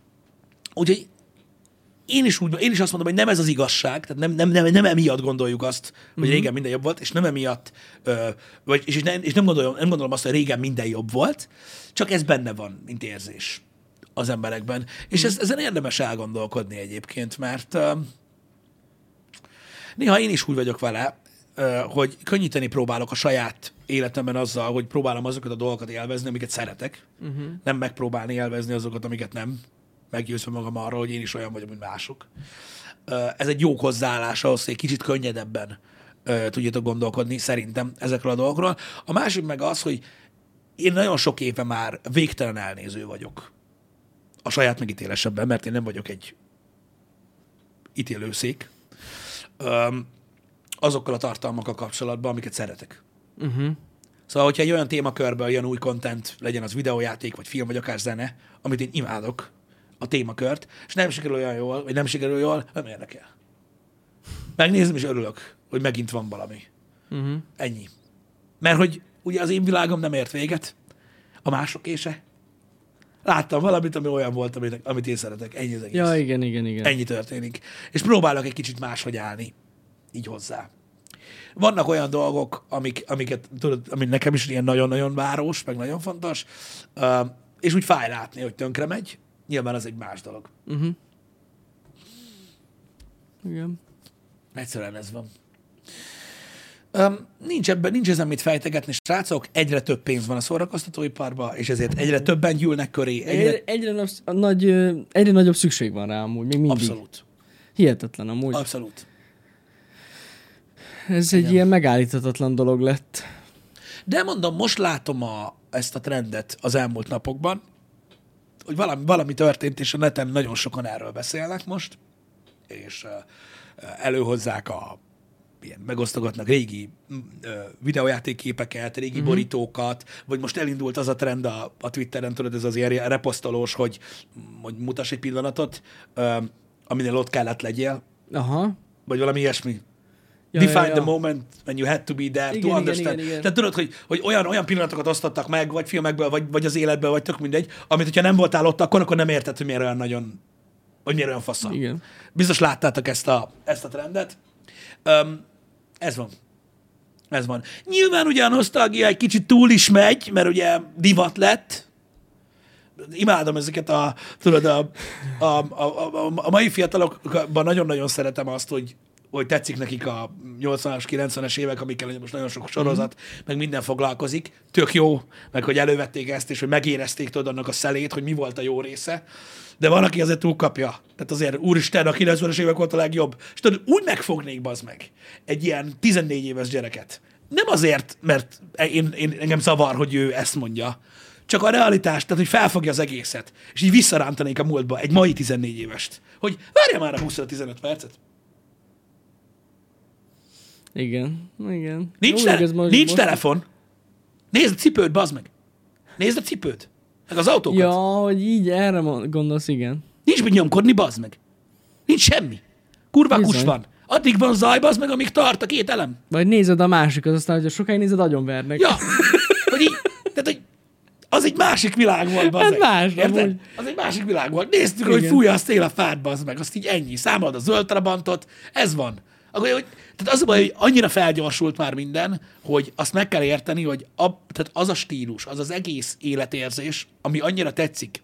A: én is azt mondom, hogy nem ez az igazság, tehát nem emiatt gondoljuk azt, hogy régen minden jobb volt, és nem emiatt, és nem gondolom azt, hogy régen minden jobb volt, csak ez benne van, mint érzés az emberekben. És ezen érdemes elgondolkodni egyébként, mert néha én is úgy vagyok vele, hogy könnyíteni próbálok a saját életemben azzal, hogy próbálom azokat a dolgokat élvezni, amiket szeretek, nem megpróbálni élvezni azokat, amiket nem, meggyőzve magam arról, hogy én is olyan vagyok, mint mások. Ez egy jó hozzáállás ahhoz, hogy egy kicsit könnyedebben tudjatok gondolkodni szerintem ezekről a dolgokról. A másik meg az, hogy én nagyon sok éve már végtelen elnéző vagyok a saját megítélésemben, mert én nem vagyok egy ítélőszék azokkal a tartalmakkal kapcsolatban, amiket szeretek. Szóval, hogyha egy olyan témakörben olyan új content, legyen az videójáték, vagy film, vagy akár zene, amit én imádok, a témakört, és nem sikerül olyan jól, vagy nem sikerül jól, nem érdekel. Megnézem, és örülök, hogy megint van valami. Ennyi. Mert hogy ugye az én világom nem ért véget, a másoké se. Láttam valamit, ami olyan volt, amit én szeretek. Ennyi az egész.
B: Ja, igen.
A: Ennyi történik. És próbálok egy kicsit máshogy állni így hozzá. Vannak olyan dolgok, amiket tudod, ami nekem is ilyen nagyon-nagyon város, meg nagyon fontos, és úgy fáj látni, hogy tönkre megy. Nyilván az egy más dolog.
B: Igen.
A: Egyszerűen ez van. Nincs ezen mit fejtegetni, srácok, egyre több pénz van a szórakoztatóiparban, és ezért egyre többen gyűlnek köré.
B: Egyre nagyobb szükség van rá amúgy, még mindig.
A: Abszolút.
B: Hihetetlen amúgy.
A: Abszolút.
B: Ez egy ilyen megállíthatatlan dolog lett.
A: De mondom, most látom ezt a trendet az elmúlt napokban, hogy valami történt, és a neten nagyon sokan erről beszélnek most, és előhozzák megosztogatnak régi videójátékképeket, régi borítókat, vagy most elindult az a trend a Twitteren, tudod, ez az ilyen reposztolós, hogy mutass egy pillanatot, aminél ott kellett legyél, vagy valami ilyesmi. Define the moment when you had to be there to understand. Igen. Tehát tudod, hogy olyan pillanatokat osztottak meg, vagy filmekből, vagy az életből, vagy tök mindegy, amit, hogyha nem voltál ott, akkor nem érted, hogy miért olyan nagyon, vagy miért olyan fasza.
B: Igen.
A: Biztos láttátok ezt a trendet. Ez van. Nyilván ugye a nosztalgia egy kicsit túl is megy, mert ugye divat lett. Imádom ezeket a mai fiatalokban nagyon-nagyon szeretem azt, hogy tetszik nekik a 80-as, 90-es évek, amikkel most nagyon sok sorozat, meg minden foglalkozik. Tök jó, meg hogy elővették ezt, és hogy megérezték tudod annak a szelét, hogy mi volt a jó része. De van, aki azért túlkapja. Tehát azért, úristen, a 90-es évek volt a legjobb. És tudod, úgy megfognék, bazd meg, egy ilyen 14 éves gyereket. Nem azért, mert engem zavar, hogy ő ezt mondja, csak a realitás, tehát, hogy felfogja az egészet, és így visszarántanék a múltba egy mai 14 évest, hogy várja már a 20-15 percet.
B: Igen.
A: Nincs telefon. Nézd a cipőd, bazd meg. Nézd a cipőd. Meg az autókat.
B: Ja, hogy így erre gondolsz, igen.
A: Nincs mit nyomkodni, bazd meg. Nincs semmi. Kurva kus van. Addig van zaj, bazd meg, amíg tart a két elem.
B: Vagy nézed a másikat, aztán, hogyha sokáig nézed, agyonvernek.
A: Ja, hogy így, tehát, hogy az egy másik világ volt, bazd meg.
B: Más,
A: érted? Az egy másik világ volt. Néztük, hogy fújja a szél a fát, bazd meg. Azt így ennyi. Számolod a zöld trabantot. Ez van. Tehát az a baj, hogy annyira felgyorsult már minden, hogy azt meg kell érteni, hogy tehát az a stílus, az egész életérzés, ami annyira tetszik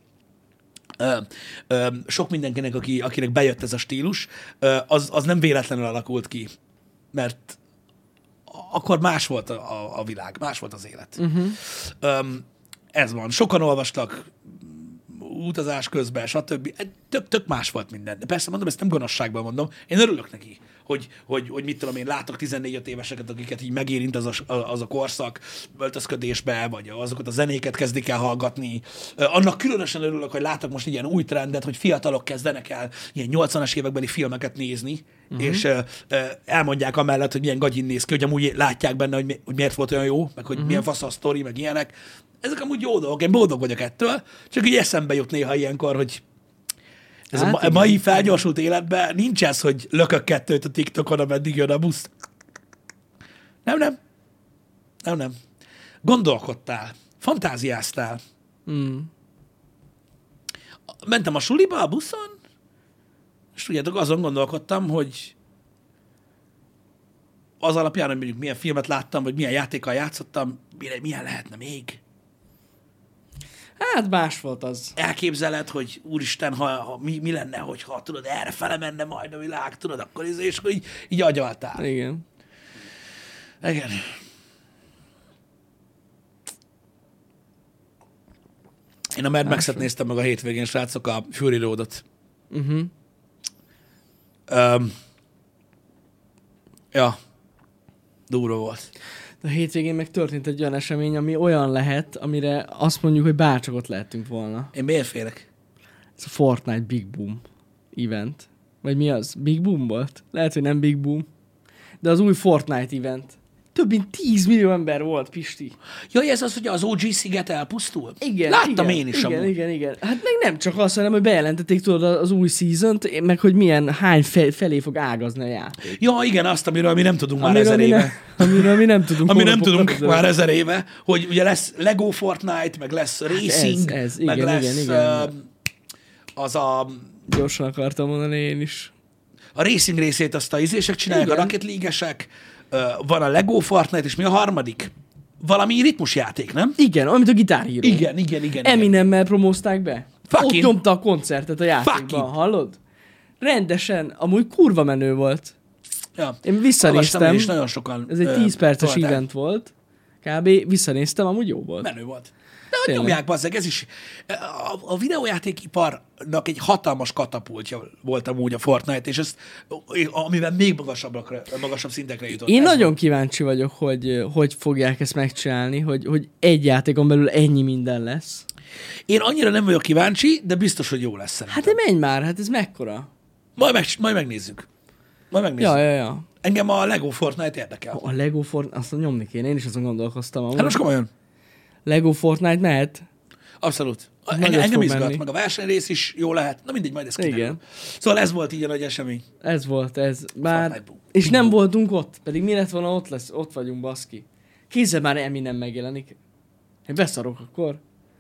A: sok mindenkinek, akinek bejött ez a stílus, az nem véletlenül alakult ki, mert akkor más volt a világ, más volt az élet. Ez van. Sokan olvastak utazás közben, stb. Tök más volt minden. De persze mondom, ezt nem gonoszságban mondom. Én örülök neki, hogy mit tudom én, látok 14 éveseket, akiket így megérint az a korszak öltözködésbe, vagy azokat a zenéket kezdik el hallgatni. Annak különösen örülök, hogy látok most ilyen új trendet, hogy fiatalok kezdenek el ilyen 80-as évekbeli filmeket nézni, és elmondják amellett, hogy milyen gagyin néz ki, hogy amúgy látják benne, hogy miért volt olyan jó, meg hogy milyen fasz a sztori, meg ilyenek. Ezek amúgy jó dolgok, én boldog vagyok ettől, csak így eszembe jut néha ilyenkor, hogy ez a mai felgyorsult életben nincs ez, hogy lökök kettőt a TikTokon, ameddig jön a busz. Nem. Gondolkodtál, fantáziáztál. Mentem a suliba a buszon, és tudjátok, azon gondolkodtam, hogy az alapján, hogy mondjuk milyen filmet láttam, vagy milyen játékkal játszottam, milyen lehetne még.
B: Hát más volt az.
A: Elképzeled, hogy úristen, mi lenne, hogyha tudod, erre fele menne majd a világ, tudod, akkor és akkor így agyaltál.
B: Igen.
A: Igen. Én a Mad Max-et néztem meg a hétvégén, srácok, a Fury Road-ot. Ja, durva volt.
B: A hétvégén meg történt egy olyan esemény, ami olyan lehet, amire azt mondjuk, hogy bárcsak ott lehetünk volna.
A: Én miért félek?
B: Ez a Fortnite Big Boom event. Vagy mi az? Big Boom volt? Lehet, hogy nem Big Boom. De az új Fortnite event. Több mint 10 millió ember volt, Pisti.
A: Jaj, ez az, hogy az OG sziget elpusztul?
B: Igen.
A: Láttam én is
B: igen,
A: amúgy.
B: igen. Hát meg nem csak azt, hanem, hogy bejelentették tudod az új season-t, meg hogy hány felé fog ágazni a játék.
A: Ja, igen, azt, amiről mi nem tudunk már 1000 éve.
B: Amiről mi nem tudunk.
A: Ami nem tudunk már 1000 éve, hogy ugye lesz Lego Fortnite, meg lesz Racing,
B: ez,
A: meg
B: igen,
A: lesz
B: igen.
A: az a...
B: Gyorsan akartam mondani én is.
A: A Racing részét azt a izések csinálják,
B: Igen.
A: a Rocket League-esek, van a Lego Fortnite, és mi a harmadik? Valami ritmusjáték, nem?
B: Igen, amit a gitárhíró.
A: Igen.
B: Eminemmel promózták be.
A: Fucking.
B: Ott nyomta a koncertet a játékban,
A: Fucking.
B: hallod? Rendesen, amúgy kurva menő volt.
A: Ja.
B: Én visszanéztem,
A: És nagyon sokan...
B: ez egy 10 perces
A: tolták.
B: event volt. Kb. Visszanéztem, amúgy jó volt.
A: Menő volt. De hogy
B: Tényleg.
A: nyomják, bazzeg, ez is... A videójátékiparnak egy hatalmas katapultja volt amúgy a Fortnite, és ezt, amivel még magasabb szintekre jutott.
B: Én
A: Ez
B: nagyon kíváncsi vagyok, hogy fogják ezt megcsinálni, hogy egy játékon belül ennyi minden lesz.
A: Én annyira nem vagyok kíváncsi, de biztos, hogy jó lesz szerintem.
B: Hát de menj már, hát ez mekkora?
A: Majd megnézzük.
B: Ja.
A: Engem a Lego Fortnite érdekel.
B: A Lego Fortnite, azt nyomni kéne, én is azon gondolkoztam. Amúgy.
A: Hát most komolyan.
B: Lego Fortnite mehet?
A: Abszolút.
B: Nagyot
A: Engem
B: fog
A: izgat,
B: menni.
A: meg a versenyrész is jó lehet. Na mindegy, majd ez kiderül.
B: Igen.
A: Szóval ez volt így a nagy esemény.
B: Ez volt, ez. Bár...
A: Fortnite boom.
B: És nem voltunk ott, pedig mi lett volna ott vagyunk, baszki. Kézzel már Eminem megjelenik. Én beszarok akkor.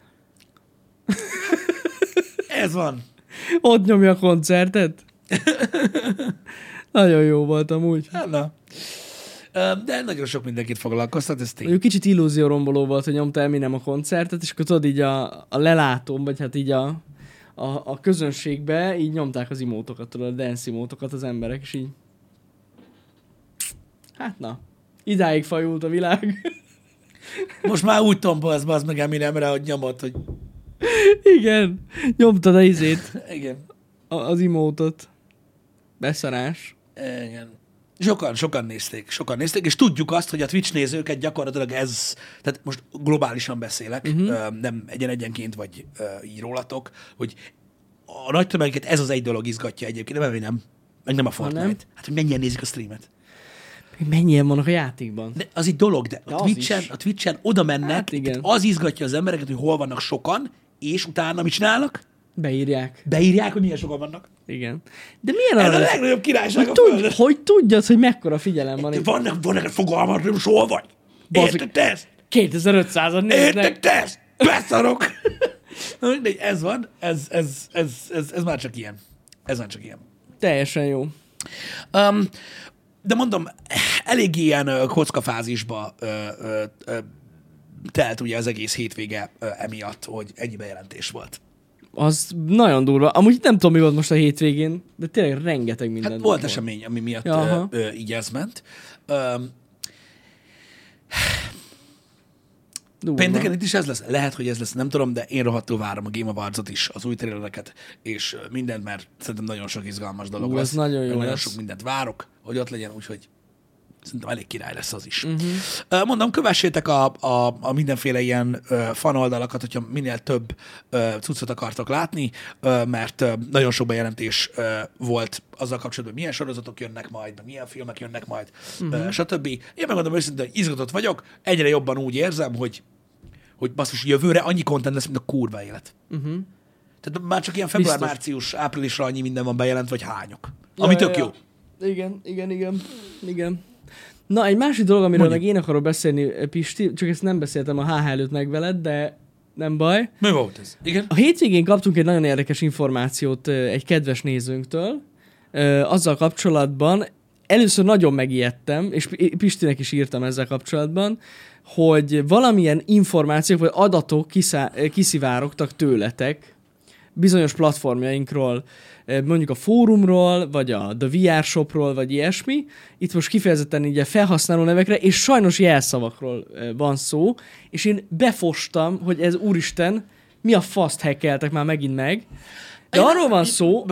A: Ez van.
B: Ott nyomja a koncertet. Nagyon jó volt amúgy.
A: Hát na. De nagyon sok mindenkit foglalkoztat, ez tény.
B: Mondjuk kicsit illúzióromboló volt, hogy nyomta Eminem a koncertet, és akkor tudod így a lelátón, vagy hát így a közönségbe így nyomták az imótokat, tudod, a dance imótokat az emberek, és így... Hát na, idáig fajult a világ.
A: Most már úgy tompolsz, bazd meg Eminemre, hogy nyomod, hogy...
B: Igen, nyomtad a izét,
A: Igen.
B: az imótot. Beszarás.
A: Igen. Sokan nézték, és tudjuk azt, hogy a Twitch nézőket gyakorlatilag ez, tehát most globálisan beszélek, nem egyenként vagy így rólatok, hogy a nagy tömegeket ez az egy dolog izgatja egyébként, nem, meg nem a Fortnite.
B: nem?
A: Hát, hogy mennyien nézik a streamet.
B: Mennyien vannak a játékban?
A: De az egy dolog, de
B: Ja,
A: a
B: az
A: Twitchen,
B: is.
A: a Twitchen oda mennek,
B: Hát igen.
A: tehát az izgatja az embereket, hogy hol vannak sokan, és utána mit csinálnak?
B: Beírják.
A: Beírják, hogy milyen sokan vannak.
B: Igen. De milyen
A: Ez a
B: arra?
A: legnagyobb királyság a
B: Hogy,
A: földön.
B: hogy tudjad, hogy mekkora figyelem van itt?
A: Van neked fogalmad, hogy hol vagy?
B: Bazd-
A: Érted te ezt?
B: 2500-an néznek.
A: Érted te ezt? Beszarok! Na mindegy, ez van, ez már csak ilyen. Ez már csak ilyen.
B: Teljesen jó.
A: De mondom, elég ilyen kockafázisba telt ugye az egész hétvége emiatt, hogy ennyi bejelentés volt.
B: Az nagyon durva. Amúgy nem tudom, mi volt most a hétvégén, de tényleg rengeteg minden.
A: Hát volt esemény, ami miatt
B: Aha.
A: így ez ment.
B: Durva.
A: Pénteken itt is ez lesz? Lehet, hogy ez lesz, nem tudom, de én rohadtul várom a Game Awards-ot is, az új trailereket, és mindent, mert szerintem nagyon sok izgalmas dolog
B: Ez
A: lesz.
B: nagyon jó
A: Nagyon
B: lesz.
A: sok mindent várok, hogy ott legyen, úgyhogy szerintem elég király lesz az is. Mondom, kövessétek a mindenféle ilyen fanoldalakat, hogyha minél több cuccot akartok látni, mert nagyon sok bejelentés volt azzal kapcsolatban, hogy milyen sorozatok jönnek majd, meg milyen filmek jönnek majd, stb. Én megmondom őszintén, hogy izgatott vagyok, egyre jobban úgy érzem, hogy basszus, jövőre annyi content lesz, mint a kurva élet. Tehát már csak ilyen február,
B: Biztos.
A: március, áprilisra annyi minden van bejelentve, vagy hányok. Ami tök jó.
B: Igen. Na, egy másik dolog, amiről
A: Mondjuk.
B: meg én akarok beszélni, Pisti, csak ezt nem beszéltem a HH előtt meg veled, de nem baj.
A: Mi volt ez? Igen?
B: A hétvégén kaptunk egy nagyon érdekes információt egy kedves nézőnktől, azzal kapcsolatban, először nagyon megijedtem, és Pistinek is írtam ezzel kapcsolatban, hogy valamilyen információk vagy adatok kiszivárogtak tőletek bizonyos platformjainkról, mondjuk a fórumról, vagy a The VR Shopról, vagy ilyesmi. Itt most kifejezetten így a felhasználó nevekre, és sajnos jelszavakról van szó, és én befostam, hogy ez úristen, mi a faszt hackeltek már megint meg. De arról van szó,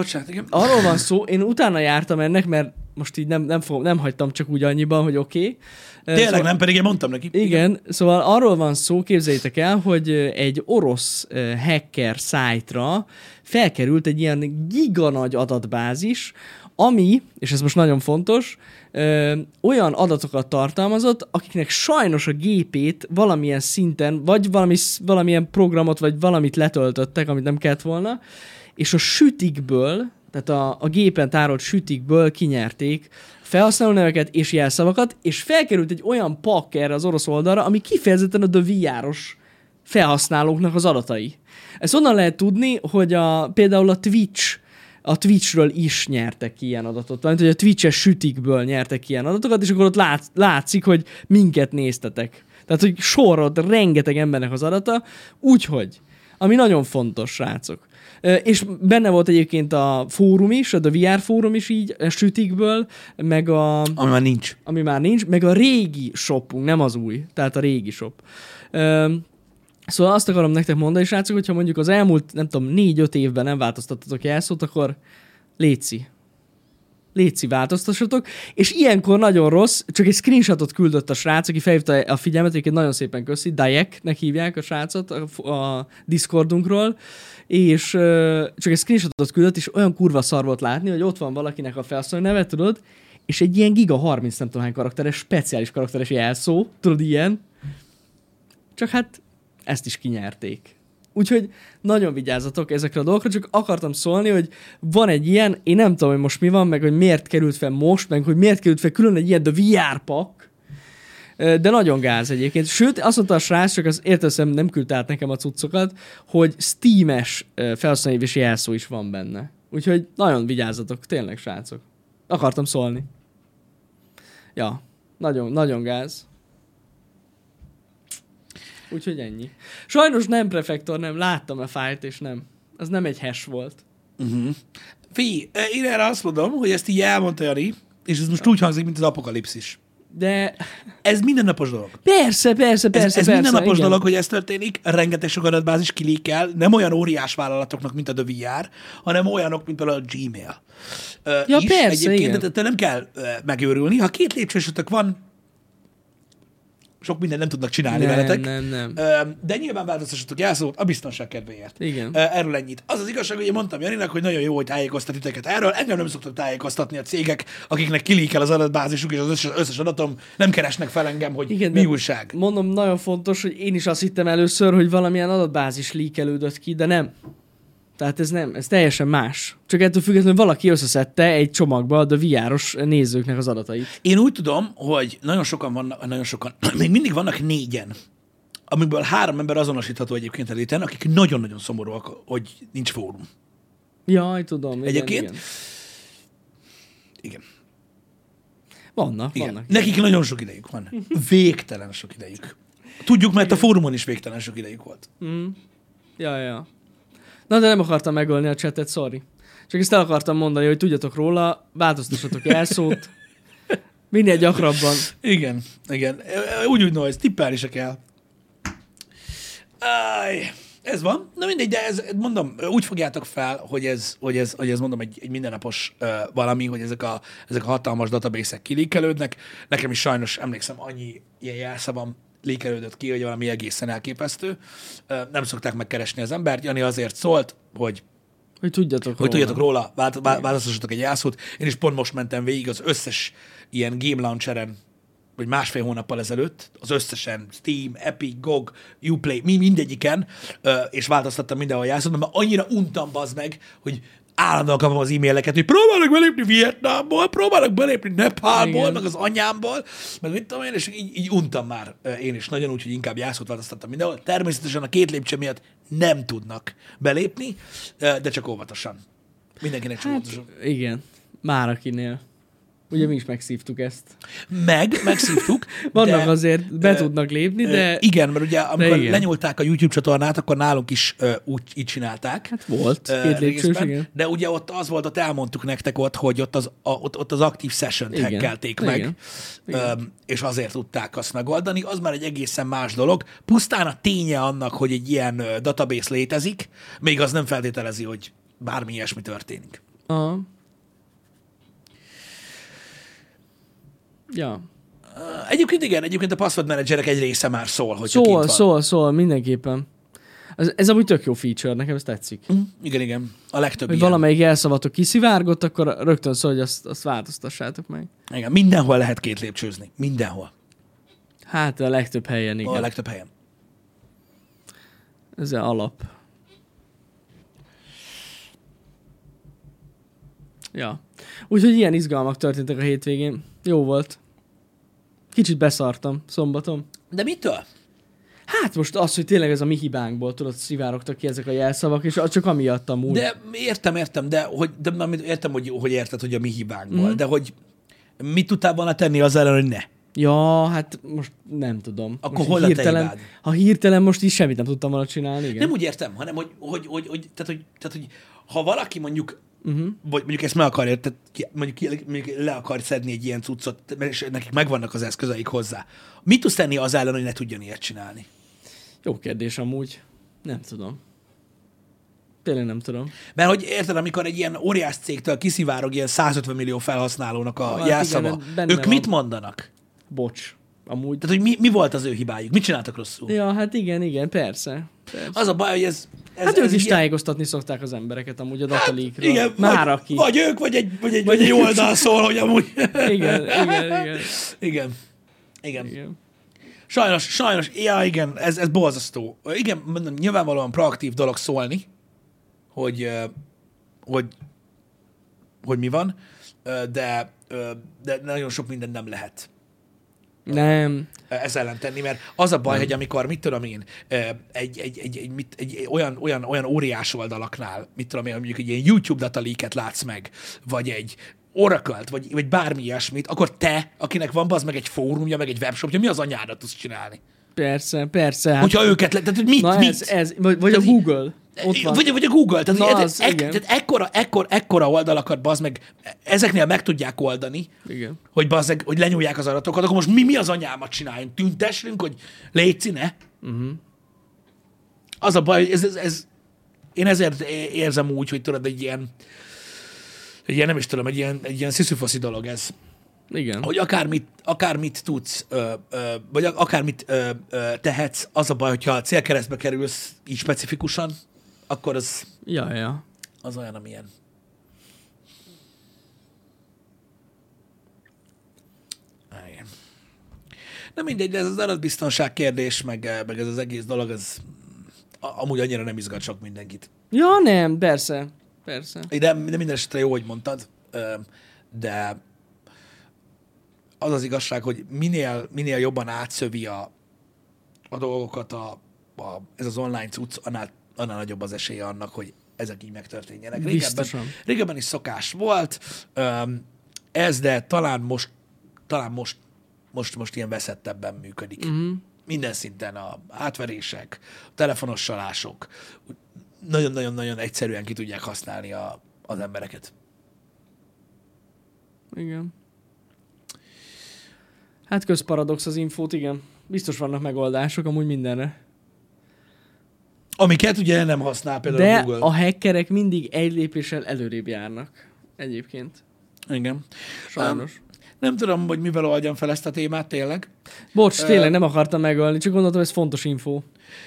B: én utána jártam ennek, mert most így nem hagytam csak úgy annyiban, hogy oké.
A: Tényleg
B: Szóval,
A: nem, pedig én mondtam neki.
B: igen, szóval arról van szó, képzeljétek el, hogy egy orosz hacker szájtra felkerült egy ilyen giganagy adatbázis, ami, és ez most nagyon fontos, olyan adatokat tartalmazott, akiknek sajnos a gépét valamilyen szinten, vagy valamilyen programot, vagy valamit letöltöttek, amit nem kellett volna, és a sütikből, tehát a gépen tárolt sütikből kinyerték felhasználóneveket és jelszavakat, és felkerült egy olyan pakk erre az orosz oldalra, ami kifejezetten a The VR-os felhasználóknak az adatai. Ezt onnan lehet tudni, hogy például a Twitchről is nyertek ki ilyen adatot, tehát hogy a Twitch-es sütikből nyertek ki ilyen adatokat, és akkor ott látszik, hogy minket néztetek. Tehát, hogy sorod rengeteg embernek az adata, úgyhogy, ami nagyon fontos, srácok. És benne volt egyébként a fórum is, a The VR fórum is így, a sütikből, meg Ami már nincs, meg a régi shopunk, nem az új, tehát a régi shop. Szóval azt akarom nektek mondani, srácok, hogyha mondjuk az elmúlt, nem tudom, 4-5 évben nem változtattatok jelszót, akkor léci változtassatok, és ilyenkor nagyon rossz, csak egy screenshotot küldött a srác, aki felhívta a figyelmet, egyébként nagyon szépen köszi, Dayek-nek hívják a srácot a Discordunkról, és csak egy screenshotot küldött, és olyan kurva szar volt látni, hogy ott van valakinek a felszóló neve, tudod, és egy ilyen giga 30 nem tudom hány karakteres, speciális karakteres jelszó, tudod, ilyen. Csak hát ezt is kinyerték. Úgyhogy nagyon vigyázzatok ezekre a dolgokra, csak akartam szólni, hogy van egy ilyen, én nem tudom, hogy most mi van, meg hogy miért került fel most, meg hogy miért került fel külön egy ilyen The VR pak, de nagyon gáz egyébként. Sőt, azt mondta a srác, csak az értelmesen nem küldte át nekem a cuccokat, hogy Steam-es felhasználói jelszó is van benne. Úgyhogy nagyon vigyázzatok, tényleg, srácok. Akartam szólni. Ja, nagyon, nagyon gáz. Úgyhogy ennyi. Sajnos nem Prefektor, nem. Láttam a fájlt, és nem. Az nem egy hash volt.
A: Uh-huh. Figyelj, én erre azt mondom, hogy ezt így elmondta Jani, és ez most úgy hangzik, mint az apokalipszis.
B: De...
A: Ez mindennapos dolog.
B: Persze.
A: Ez mindennapos dolog, hogy ez történik, rengeteg sok adatbázis kilékel, nem olyan óriás vállalatoknak, mint a The VR, hanem olyanok, mint például a Gmail.
B: Ja, persze,
A: igen. De nem kell megőrülni. Ha 2 lépcsősötök van, sok mindent nem tudnak csinálni veletek.
B: Nem.
A: De nyilván változtassatok jelszót a biztonság kedvéért.
B: Igen.
A: Erről ennyit. Az az igazság, hogy én mondtam Janinak, hogy nagyon jó, hogy tájékoztat titeket erről. Engem nem szoktak tájékoztatni a cégek, akiknek kilíkel az adatbázisuk és az összes adatom, nem keresnek fel engem, hogy igen, mi újság.
B: Mondom, nagyon fontos, hogy én is azt hittem először, hogy valamilyen adatbázis líkelődött ki, de nem. Tehát ez nem, ez teljesen más. Csak ettől függetlenül valaki összeszedte egy csomagba a The VR-os nézőknek az adatait.
A: Én úgy tudom, hogy nagyon sokan, még mindig vannak 4-en, amikből 3 ember azonosítható egyébként eléten, akik nagyon-nagyon szomorúak, hogy nincs fórum.
B: Jaj, tudom.
A: Egyébként? Igen.
B: Vannak.
A: Nekik nagyon sok idejük van. Végtelen sok idejük. Tudjuk, mert a fórumon is végtelen sok idejük volt.
B: Ja. Na, de nem akartam megölni a chatet, sorry. Csak ezt el akartam mondani, hogy tudjatok róla, változtassatok jelszót. Minél gyakrabban.
A: Igen. Úgy noise, tippelni se kell. Ez van. Na mindegy, de ez, mondom, úgy fogjátok fel, hogy ez mondom, egy mindennapos valami, hogy ezek a hatalmas database-ek kilíkelődnek. Nekem is sajnos, emlékszem, annyi ilyen jelszavam lékelődött ki, hogy valami egészen elképesztő. Nem szokták megkeresni az embert. Jani azért szólt, hogy tudjatok róla, változtassatok egy jelszót. Én is pont most mentem végig az összes ilyen game launcheren, vagy 1,5 hónappal ezelőtt, az összesen, Steam, Epic, GOG, Uplay, mindegyiken, és változtattam mindenhol jelszót, mert annyira untam, bazd meg, hogy állandóan kapom az e-maileket, hogy próbálnak belépni Vietnámból, próbálnak belépni Nepálból, meg az anyámból, meg mit tudom én, és így untam már én is nagyon, úgyhogy inkább jelszót változtattam mindenhol. Természetesen a 2 lépcső miatt nem tudnak belépni, de csak óvatosan. Mindenkinek csak óvatosan.
B: Igen, már akinél. Ugye mi is megszívtuk ezt.
A: Megszívtuk.
B: Vannak azért, be tudnak lépni, de...
A: Igen, mert ugye amikor
B: igen.
A: lenyúlták a YouTube csatornát, akkor nálunk is így csinálták.
B: Hát volt, 2 lépcsős, igen.
A: De ugye ott az volt, ott elmondtuk nektek hogy ott az aktív session-t hackelték meg,
B: Igen.
A: és azért tudták azt megoldani. Az már egy egészen más dolog. Pusztán a ténye annak, hogy egy ilyen database létezik, még az nem feltételezi, hogy bármi ilyesmi történik.
B: Aha. Ja.
A: Egyébként a password managerek egy része már szól, hogy kint van.
B: Szól, mindenképpen. Ez amúgy tök jó feature, nekem ez tetszik.
A: Igen. A legtöbb
B: Hogy
A: ilyen.
B: valamelyik elszavatok kiszivárgott, akkor rögtön szól, hogy azt változtassátok meg.
A: Igen, mindenhol lehet 2 lépcsőzni. Mindenhol.
B: Hát a legtöbb helyen, igen.
A: A legtöbb helyen.
B: Ez az alap. Ja. Úgyhogy ilyen izgalmak történtek a hétvégén. Jó volt. Kicsit beszartam szombaton.
A: De mitől?
B: Hát most az, hogy tényleg ez a mi hibánkból, tudod, szivárogtak ki ezek a jelszavak, és csak amiatt amúgy.
A: De értem, értem, hogy érted, hogy a mi hibánkból, de hogy mit tudtál volna tenni az ellen, hogy ne?
B: Ja, hát most nem tudom.
A: Akkor
B: most
A: hol a te hibád?
B: Ha hirtelen most is semmit nem tudtam volna csinálni, igen.
A: Nem úgy értem, hanem hogy ha valaki mondjuk, vagy mondjuk ezt meg akarja, tehát mondjuk le akar szedni egy ilyen cuccot, és nekik megvannak az eszközeik hozzá. Mit tudsz tenni az ellen, hogy ne tudjon ilyet csinálni?
B: Jó kérdés amúgy. Nem tudom. Tényleg nem tudom.
A: Mert hogy érted, amikor egy ilyen óriás cégtől kiszivárog ilyen 150 millió felhasználónak a jelszava,
B: igen,
A: ők mit mondanak?
B: Bocs. Amúgy.
A: Tehát, hogy mi volt az ő hibájuk? Mit csináltak rosszul?
B: Ja, hát igen, persze.
A: Az a baj, hogy ez
B: hát ők is tájékoztatni szokták az embereket amúgy a datalékről.
A: Igen,
B: már aki.
A: Vagy ők, vagy egy oldal szól, hogy amúgy... Igen. Sajnos, ja igen, ez borzasztó. Igen, mondom, nyilvánvalóan proaktív dolog szólni, hogy mi van, de nagyon sok minden nem lehet.
B: Nem.
A: Ez ellen tenni, mert az a baj, hogy amikor, mit tudom én, egy olyan óriás oldalaknál, mit tudom én, mondjuk egy ilyen YouTube dataléket látsz meg, vagy egy Oracle-t, vagy bármi ilyesmit, akkor te, akinek van az meg egy fórumja, meg egy webshopja, mi az anyádat tudsz csinálni?
B: Persze. Hát,
A: hogyha őket, tehát mit?
B: Vagy a Google. Ott van.
A: Vagy a Google. Tehát,
B: tehát
A: ekkora oldalakat, bazd meg, ezeknél meg tudják oldani,
B: igen.
A: hogy bazd meg, hogy lenyúlják az adatokat, akkor most mi az anyámat csináljunk? Tüntessünk, hogy légy ne? Az a baj, hogy én ezért érzem úgy, hogy tudod, egy ilyen nem is tudom, egy ilyen sziszifoszi dolog ez.
B: Igen.
A: Hogy akármit tudsz, vagy akármit tehetsz, az a baj, hogyha a célkeresztbe kerülsz így specifikusan, akkor az, az olyan, amilyen. Igen. Na mindegy, de ez az adatbiztonság kérdés, meg ez az egész dolog, ez amúgy annyira nem izgat sok mindenkit.
B: Ja, nem, persze.
A: De minden esetre jó, hogy mondtad, de az az igazság, hogy minél jobban átszövi a dolgokat ez az online cucc, annál nagyobb az esélye annak, hogy ezek így megtörténjenek. Régebben is szokás volt ez, de talán most ilyen veszettebben működik. Minden szinten a átverések, a telefonos csalások nagyon-nagyon-nagyon egyszerűen ki tudják használni az embereket.
B: Igen. Hát közparadox az infót, igen. Biztos vannak megoldások amúgy mindenre.
A: Amiket ugye nem használ például a Google.
B: De a hackerek mindig egy lépéssel előrébb járnak. Egyébként.
A: Igen.
B: Sajnos.
A: Nem tudom, hogy mivel oldjam fel ezt a témát, tényleg.
B: Bocs, tényleg nem akartam megölni, csak gondoltam, ez fontos infó.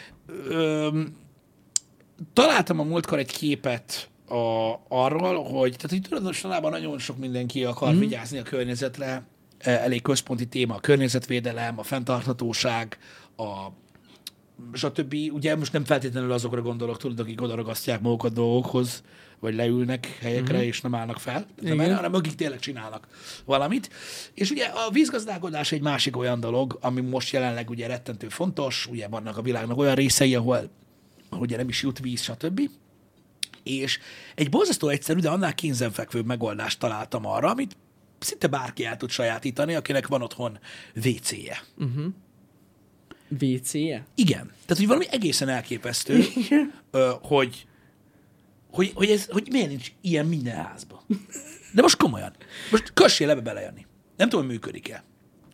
A: Találtam a múltkor egy képet arról, hogy tehát így tudod, mostanában nagyon sok mindenki akar vigyázni a környezetre, elég központi téma a környezetvédelem, a fenntarthatóság, stb. Ugye most nem feltétlenül azokra gondolok, tudod, akik odaragasztják magukat dolgokhoz, vagy leülnek helyekre, és nem állnak fel, hanem akik tényleg csinálnak valamit. És ugye a vízgazdálkodás egy másik olyan dolog, ami most jelenleg ugye rettentő fontos, ugye vannak a világnak olyan részei, ahol ugye nem is jut víz, stb. És egy borzasztó egyszerű, de annál kézenfekvőbb megoldást találtam arra, amit szinte bárki el tud sajátítani, akinek van otthon WC-je.
B: WC-je?
A: Igen. Tehát, hogy valami egészen elképesztő, hogy miért nincs ilyen minden házban. De most komolyan. Most kössél ebbe belejönni. Nem tudom, hogy működik-e.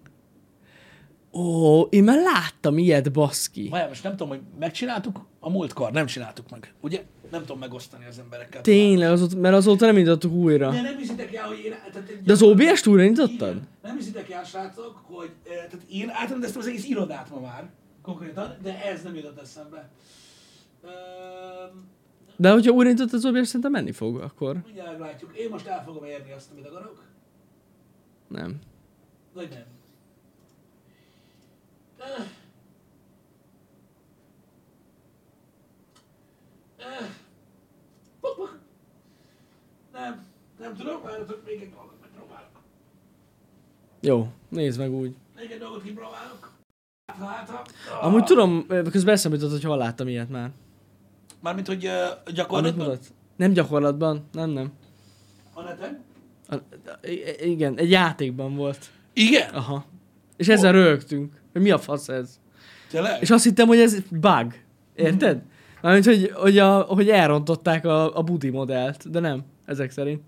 B: Ó, én már láttam ilyet, baszki.
A: Várjál, most nem tudom, hogy megcsináltuk a múltkor. Nem csináltuk meg. Ugye? Nem tudom megosztani az emberekkel.
B: Tényleg, mert azóta nem indítottuk újra.
A: De nem hiszitek el, hogy én...
B: De az OBS-t újra indítottad?
A: Igen. Nem hiszitek el, srácok, hogy tehát én átrendeztem az egész irodát ma már, konkrétan, de ez nem jutott eszembe.
B: De hogyha újra indítottad az OBS, szerintem menni fog akkor.
A: Mindjárt meglátjuk. Én most el fogom érni azt, amit akarok.
B: Nem.
A: Vagy nem. Nem tudom, várjatok, még egy dolgot megpróbálok.
B: Jó, nézd meg úgy.
A: Még egy dolgot kipróbálok.
B: Amúgy tudom, közben eszembe jutott, hogy hol láttam ilyet már.
A: Mármint, hogy
B: Amit
A: gyakorlatban?
B: mutat? Nem gyakorlatban, nem.
A: A neten?
B: Igen, egy játékban volt.
A: Igen?
B: Aha. És ezzel rögtünk, hogy mi a fasz ez.
A: Tényleg?
B: És azt hittem, hogy ez bug. Érted? Mármint, hogy elrontották a budi modellt, de nem, ezek szerint.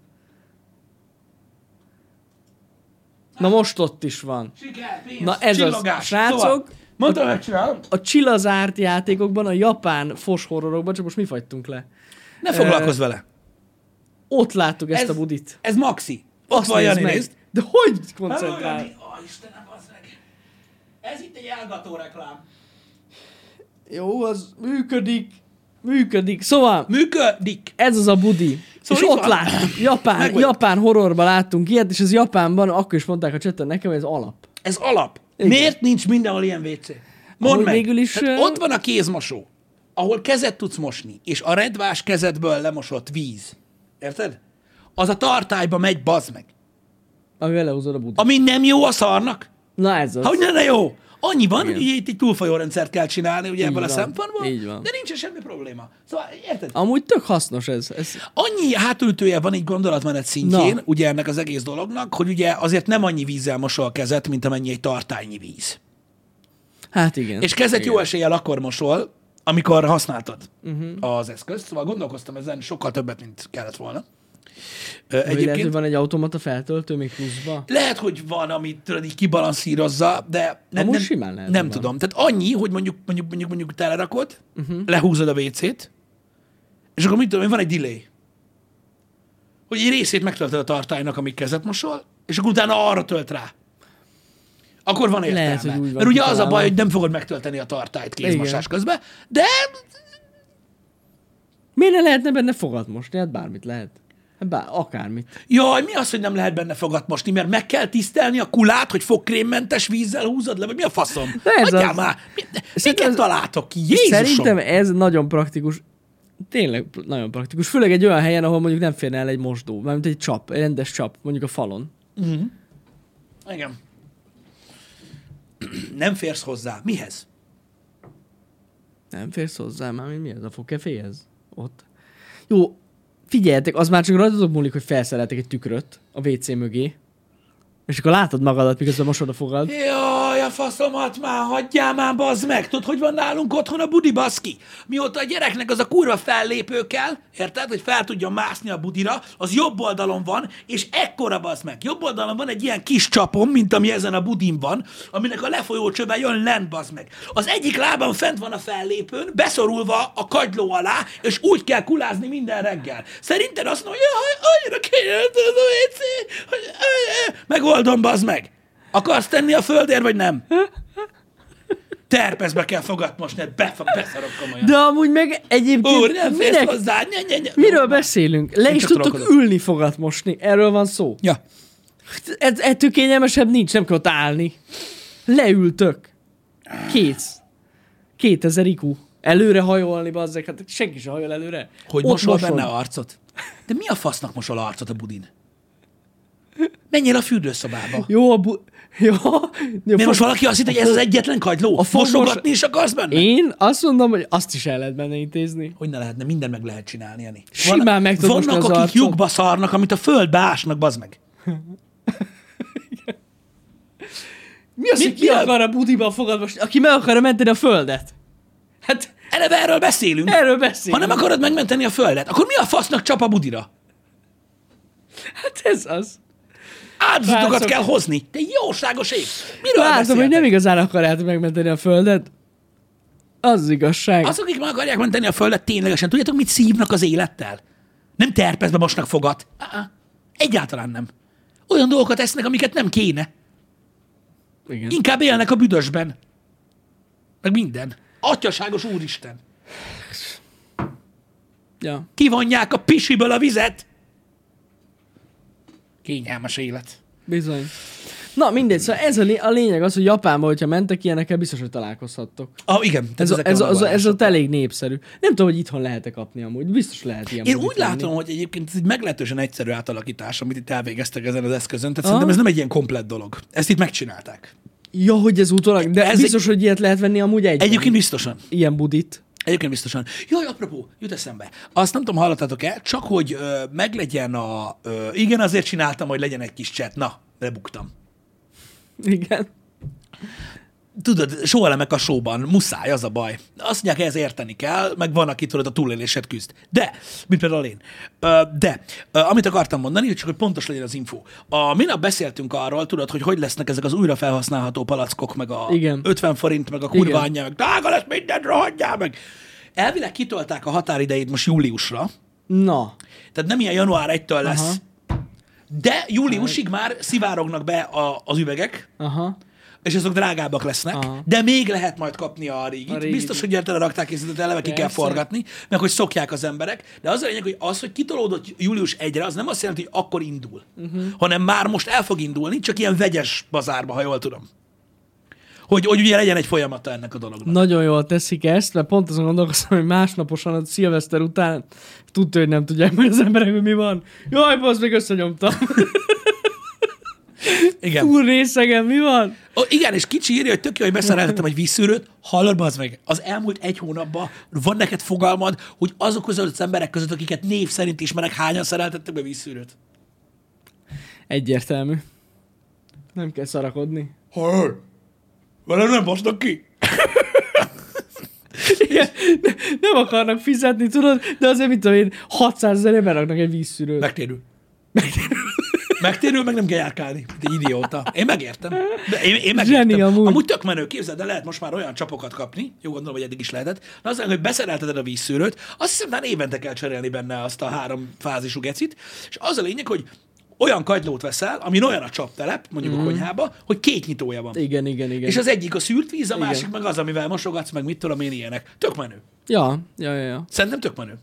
B: Na most ott is van.
A: Siker, pénz,
B: Na ez
A: csillogás.
B: az, srácok,
A: Szóval, mondtam, hogy csinálom.
B: a csillazárt játékokban, a japán fos horrorokban, csak most mi fagytunk le.
A: Ne foglalkozz vele.
B: Ott láttuk ezt a budit.
A: Ez maxi. Ott van,
B: nézd
A: Jani,
B: meg.
A: nézd.
B: De hogy koncentrál?
A: Istenem, az meg. Ez itt egy elgató reklám.
B: Jó, az működik. Szóval,
A: Működik.
B: ez az a budi.
A: Szóval
B: És
A: itt
B: ott
A: van.
B: láttuk.
A: Megvagy.
B: Japán horrorban láttunk ilyet, és ez Japánban, akkor is mondták a chatten nekem, hogy ez alap.
A: Ez alap.
B: Igen.
A: Miért nincs mindenhol ilyen WC? Mondd
B: Ahogy
A: meg.
B: végül is,
A: Tehát ott van a kézmosó, ahol kezet tudsz mosni, és a redvás kezedből lemosott víz. Érted? Az a tartályba megy, bazd meg.
B: amivel lehúzod a budit.
A: Ami nem jó a szarnak.
B: Na ez az.
A: Hogy ne jó. Annyi van,
B: Igen.
A: hogy itt egy túlfolyórendszert kell csinálni, ugye ebből a
B: van.
A: szempontból,
B: Így van.
A: de nincsen semmi probléma. Szóval, érted?
B: Amúgy tök hasznos ez.
A: Annyi hátulütője van egy gondolatmenet szintjén,
B: Na.
A: ugye ennek az egész dolognak, hogy ugye azért nem annyi vízzel mosol a kezet, mint amennyi egy tartálynyi víz.
B: Hát igen.
A: És kezet
B: igen.
A: jó eséllyel akkor mosol, amikor használtad az eszközt. Szóval gondolkoztam ezen sokkal többet, mint kellett volna.
B: Vagy lehet, hogy
A: Egyébként
B: van egy automata feltöltő még pluszba.
A: lehet, hogy van, amit tudod, így kibalanszírozza, de
B: Amúgy simán lehet,
A: nem
B: hogy van.
A: tudom. Tehát annyi, hogy mondjuk telerakod, lehúzod a WC-t, és akkor mit tudom én, van egy delay. Hogy egy részét megtöltöd a tartálynak, amíg kezet mosol, és akkor utána arra tölt rá. Akkor van értelme.
B: Lehet, hogy úgy van
A: Mert ugye az a
B: kitalálva.
A: baj, hogy nem fogod megtölteni a tartályt kézmosás közben, de
B: Miért ne lehetne benne fogat mosni? Hát bármit lehet. Hát akármit.
A: jaj, mi az, hogy nem lehet benne fogat mosni, mert meg kell tisztelni a kulát, hogy fogkrémmentes vízzel húzod le, vagy mi a faszom?
B: De ez
A: Hagyjál
B: az.
A: már!
B: Szerintem
A: Miket találtok ki? Jézusom!
B: Szerintem ez nagyon praktikus. Tényleg nagyon praktikus. Főleg egy olyan helyen, ahol mondjuk nem férne el egy mosdó. Mármint egy csap, egy rendes csap, mondjuk a falon.
A: Igen. Nem férsz hozzá. Mihez?
B: Nem férsz hozzá, már mi ez? A fogkeféhez? Ott. Jó, figyeljetek, az már csak rajtatok múlik, hogy felszereltek egy tükröt a WC mögé, és akkor látod magadat, miközben mosod a fogad.
A: Jaj, a faszomat már, hagyjál már, bazd meg! Tudod, hogy van nálunk otthon a budi, baszki? Mióta a gyereknek az a kurva fellépő kell, érted, hogy fel tudja mászni a budira, az jobb oldalon van, és ekkora, bazd meg. Jobb oldalon van egy ilyen kis csapom, mint ami ezen a budin van, aminek a lefolyó csöve jön lent, bazd meg. Az egyik lábam fent van a fellépőn, beszorulva a kagyló alá, és úgy kell kulázni minden reggel. Szerinted azt mondja, hogy annyira kényelmet az a WC, hogy megoldom, bazd meg. Akarsz tenni a földért, vagy nem? Terpezbe kell fogat mosni, beszarok komolyan.
B: De amúgy meg egyébként...
A: Úr, nem férsz hozzá.
B: Miről beszélünk? Le is
A: csak
B: tudtok
A: trollkodom.
B: ülni fogat mosni. Erről van szó.
A: Ja.
B: Ettől kényelmesebb nincs, nem kell ott állni. Leültök. Kész. 2000 IQ. Előre hajolni, bazzeg. Hát senki sem hajol előre.
A: Hogy
B: Ott
A: mosol
B: mosod.
A: benne arcot? De mi a fasznak mosol arcot a budin? Menjél a fürdőszobába.
B: Jó, jó.
A: Miért most valaki azt hitt, hogy ez az egyetlen kagyló?
B: A fogmos-
A: Mosogatni is akarsz benne?
B: Én azt mondom, hogy azt is el lehet benne intézni.
A: Hogy ne lehetne, minden meg lehet csinálni, Jani.
B: Simán meg tudod mosni
A: Vannak,
B: az
A: akik
B: arcot.
A: lyukba szarnak, amit a földbe ásnak, bazd meg.
B: Mi az, hogy ki akar a budiban fogad most, aki meg akarja menteni a földet? Hát
A: eleve erről beszélünk.
B: erről beszélünk.
A: Ha nem akarod megmenteni a földet, akkor mi a fasznak csap a budira?
B: Hát ez az.
A: Áldozatokat
B: Látszok.
A: kell hozni. Te jóságos ég. Miről
B: Látom,
A: beszéltek?
B: hogy nem igazán akarjátok megmenteni a földet. Az igazság.
A: Azok, akik meg akarják menteni a földet, ténylegesen tudjátok, mit szívnak az élettel? Nem terpezbe mosnak fogat. Egyáltalán nem. Olyan dolgokat esznek, amiket nem kéne.
B: Igen.
A: Inkább élnek a büdösben. Meg minden. Atyaságos úristen.
B: Ja.
A: Kivonják a pisiből a vizet. Kényelmes élet.
B: Bizony. Na mindegy, szóval ez a lényeg az, hogy Japánban, hogyha mentek ilyenekkel, biztos, hogy találkozhattok.
A: Igen.
B: Ez ott elég népszerű. Nem tudom, hogy itthon lehet-e kapni amúgy. Biztos lehet ilyen.
A: Én
B: budit
A: úgy
B: venni.
A: látom, hogy egyébként ez egy meglehetősen egyszerű átalakítás, amit itt elvégeztek ezen az eszközön. Tehát szerintem ez nem egy ilyen komplett dolog. Ezt itt megcsinálták.
B: Ja, hogy ez utólag, de
A: Ez
B: biztos, hogy ilyet lehet venni amúgy
A: Egyébként biztosan.
B: Ilyen budit.
A: Egyébként biztosan. Jaj, apropó, jut eszembe. Azt nem tudom, hallottatok-e, csak hogy meglegyen a... igen, azért csináltam, hogy legyen egy kis chat. Na, lebuktam.
B: Igen.
A: Tudod, sóelemek a showban, muszáj, az a baj. Azt mondják, ez érteni kell, meg van, aki tudod, a túlélésed küzd. De, mint például én. Amit akartam mondani, hogy csak hogy pontos legyen az info. A minap beszéltünk arról, tudod, hogy lesznek ezek az újra felhasználható palackok, meg a
B: Igen.
A: 50 forint, meg a kurva
B: Igen.
A: anyja, meg drága lesz mindent, rohadjál meg. Elvileg kitolták a határidejét most júliusra,
B: Na.
A: tehát nem ilyen január 1-től lesz,
B: Aha.
A: de júliusig már szivárognak be az üvegek,
B: Aha.
A: és azok drágábbak lesznek,
B: Aha.
A: de még lehet majd kapni a régit.
B: A régit.
A: Biztos, hogy tele rakták készített, eleve ki kell
B: Persze.
A: forgatni, meg hogy szokják az emberek, de az a lényeg, hogy az, hogy kitolódott július 1-re, az nem azt jelenti, hogy akkor indul, hanem már most el fog indulni, csak ilyen vegyes bazárba, ha jól tudom. Hogy ugye legyen egy folyamata ennek a dolognak.
B: Nagyon jól teszik ezt, mert pont azon gondolkoztam, hogy másnaposan a szilveszter után tudja, hogy nem tudják meg az emberek, hogy mi van. Jaj, bazd meg, összenyomtam.
A: Igen.
B: Full részegen, mi van?
A: Igen, és kicsi írja, hogy tök jó, hogy beszereltettem egy vízszűrőt, hallod, bazd meg, az elmúlt egy hónapban van neked fogalmad, hogy azok között az emberek között, akiket név szerint ismerek, hányan szereltettek be vízszűrőt?
B: Egyértelmű. Nem kell szarakodni.
A: Hallod? Velem nem basznak ki.
B: Igen, nem akarnak fizetni, tudod, de azért, mit tudom én, 600 000 beraknak egy vízszűrőt.
A: Megtérül. Megtérül, meg nem kell járkálni. Te idióta. Én megértem. De én megértem.
B: Zseni amúgy.
A: Amúgy tök menő, képzeld, de lehet most már olyan csapokat kapni, jó gondolom, hogy eddig is lehetett, de az, hogy beszerelteted a vízszűrőt, azt hiszem már évente kell cserélni benne azt a 3 fázisú gecit, és az a lényeg, hogy olyan kagylót veszel, amin olyan a csaptelep, mondjuk a konyhába, hogy 2 nyitója van.
B: Igen.
A: És az egyik a szűrt víz, a másik meg az, amivel mosogatsz, meg mit tudom én ilyenek. Tök menő.
B: Ja.
A: Szerintem tök menő.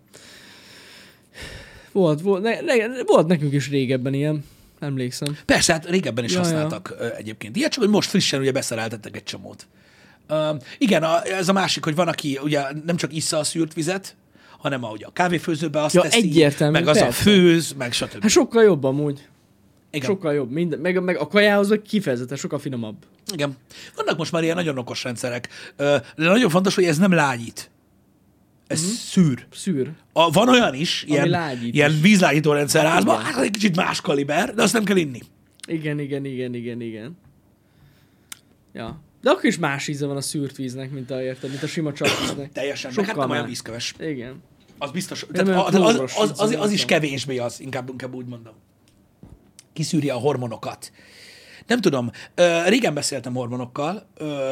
B: Volt nekünk is régebben ilyen, emlékszem.
A: Persze, hát régebben is
B: Ja.
A: használtak egyébként ilyet, csak hogy most frissen ugye beszereltettek egy csomót. Igen, ez a másik, hogy van, aki ugye nem csak issza a szűrt vizet, hanem ugye a kávéfőzőbe azt
B: Ja,
A: teszi,
B: egyértelmű,
A: meg az
B: persze.
A: a főz, meg stb.
B: Hát sokkal jobb amúgy.
A: Igen.
B: Sokkal jobb. Meg a kajához meg kifejezetten sokkal finomabb.
A: Igen. Vannak most már ilyen nagyon okos rendszerek. De nagyon fontos, hogy ez nem lágyít. Ez szűr.
B: Szűr.
A: Van olyan is,
B: lágyít
A: ilyen
B: is.
A: vízlágyító rendszer
B: Hát
A: házban,
B: igen.
A: hát egy kicsit más kaliber, de azt nem kell inni.
B: Igen. Ja. De akkor is más íze van a szűrt víznek, mint a sima csapvíznek.
A: Teljesen, meg hát
B: Sokkal
A: nem olyan
B: más.
A: vízköves.
B: Igen.
A: Az biztos.
B: Nem
A: Tehát
B: olyan
A: az
B: klóros,
A: is
B: nem
A: kevésbé az, inkább úgy mondom. Kiszűri a hormonokat. Nem tudom, régen beszéltem hormonokkal.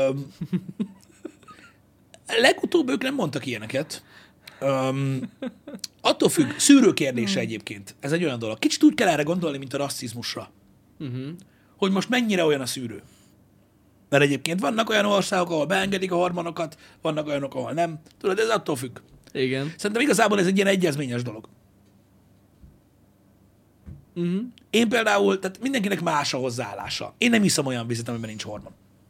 A: Legutóbb ők nem mondtak ilyeneket. Attól függ, szűrő kérdése egyébként. Ez egy olyan dolog. Kicsit úgy kell erre gondolni, mint a rasszizmusra. Hogy most mennyire olyan a szűrő. Mert egyébként vannak olyan országok, ahol beengedik a hormonokat, vannak olyanok, ahol nem. Tudod, ez attól függ.
B: Igen.
A: Szerintem igazából ez egy ilyen egyezményes dolog. Én például, tehát mindenkinek más a hozzáállása. Én nem iszom olyan vizet, amiben nincs hormon.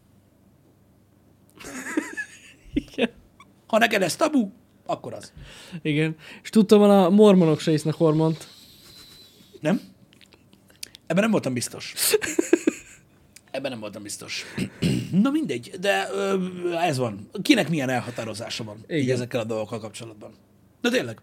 B: Igen.
A: Ha neked ez tabu, akkor az.
B: Igen. És tudtam, a mormonok se isznak hormont.
A: Nem? Ebben nem voltam biztos. Ebben nem voltam biztos. Na mindegy, de ez van. Kinek milyen elhatározása van így
B: Igen.
A: ezekkel a dolgokkal kapcsolatban. De tényleg.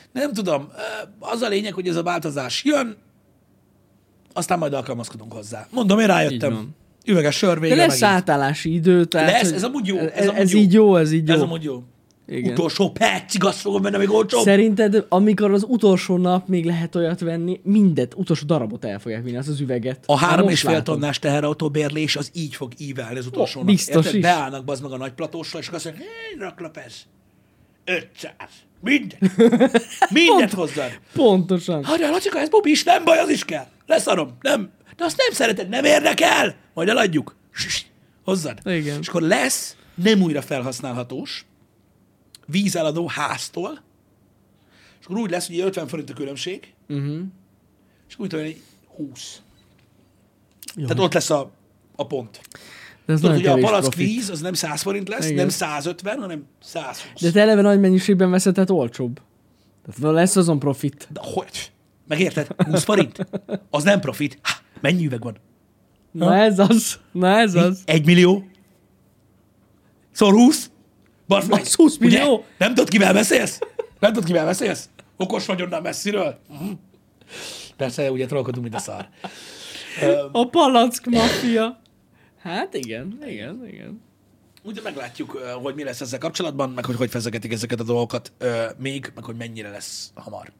A: Nem tudom, az a lényeg, hogy ez a változás jön, aztán majd alkalmazkodunk hozzá. Mondom, én
B: Így
A: rájöttem.
B: van.
A: Üveges sör vége
B: De lesz
A: megint.
B: átállási idő, tehát...
A: Lesz,
B: hogy
A: ez amúgy jó.
B: Ez így jó, ez így jó.
A: Ez amúgy jó.
B: Igen.
A: Utolsó percig azt fogom benne még olcsóbb.
B: Szerinted, amikor az utolsó nap még lehet olyat venni, mindet, utolsó darabot el fogják vinni, az üveget.
A: A
B: Már most
A: 3,5
B: látom.
A: tonnás teherautóbérlés az így fog ívelni az utolsó nap.
B: biztos
A: Érted?
B: is.
A: Beállnak bazd meg a nagy platósra, és akkor azt mondják, hé, raklapesz. 500. Mindent. Mindent hozzad.
B: Pontosan.
A: Hagyjál, Lacika, ez bubis, nem baj, az is kell. Leszarom. Nem. De azt nem szereted, nem érdekel. Majd eladjuk. Hozzad.
B: Igen.
A: És akkor lesz nem újra felhasználhatós vízeladó háztól, és akkor úgy lesz, hogy 50 forint a különbség, és úgy tudom, hogy 20.
B: Jó.
A: Tehát ott lesz a pont.
B: De ez
A: Tudod,
B: nagyon
A: hogy a
B: kevés
A: palack
B: profit.
A: víz az nem 100 forint lesz,
B: Igen.
A: nem 150, hanem 120.
B: De te eleve nagy mennyiségben veszed, tehát olcsóbb. Tehát lesz azon profit.
A: De hogy? Megérted? 20 forint? Az nem profit. Ha, mennyi üveg van?
B: Na ez az. Na ez az.
A: 1 millió? Szor 20? Basz meg.
B: Az 20 millió?
A: Ugye? Nem tudod, kivel beszélsz? Nem tudod, kivel beszélsz? Okos vagy onnan messziről? Persze, ugye trollkodunk, mint a szar.
B: A palack maffia. Hát igen.
A: Ugye meglátjuk, hogy mi lesz ezzel kapcsolatban, meg hogy feszegetik ezeket a dolgokat még, meg hogy mennyire lesz hamar.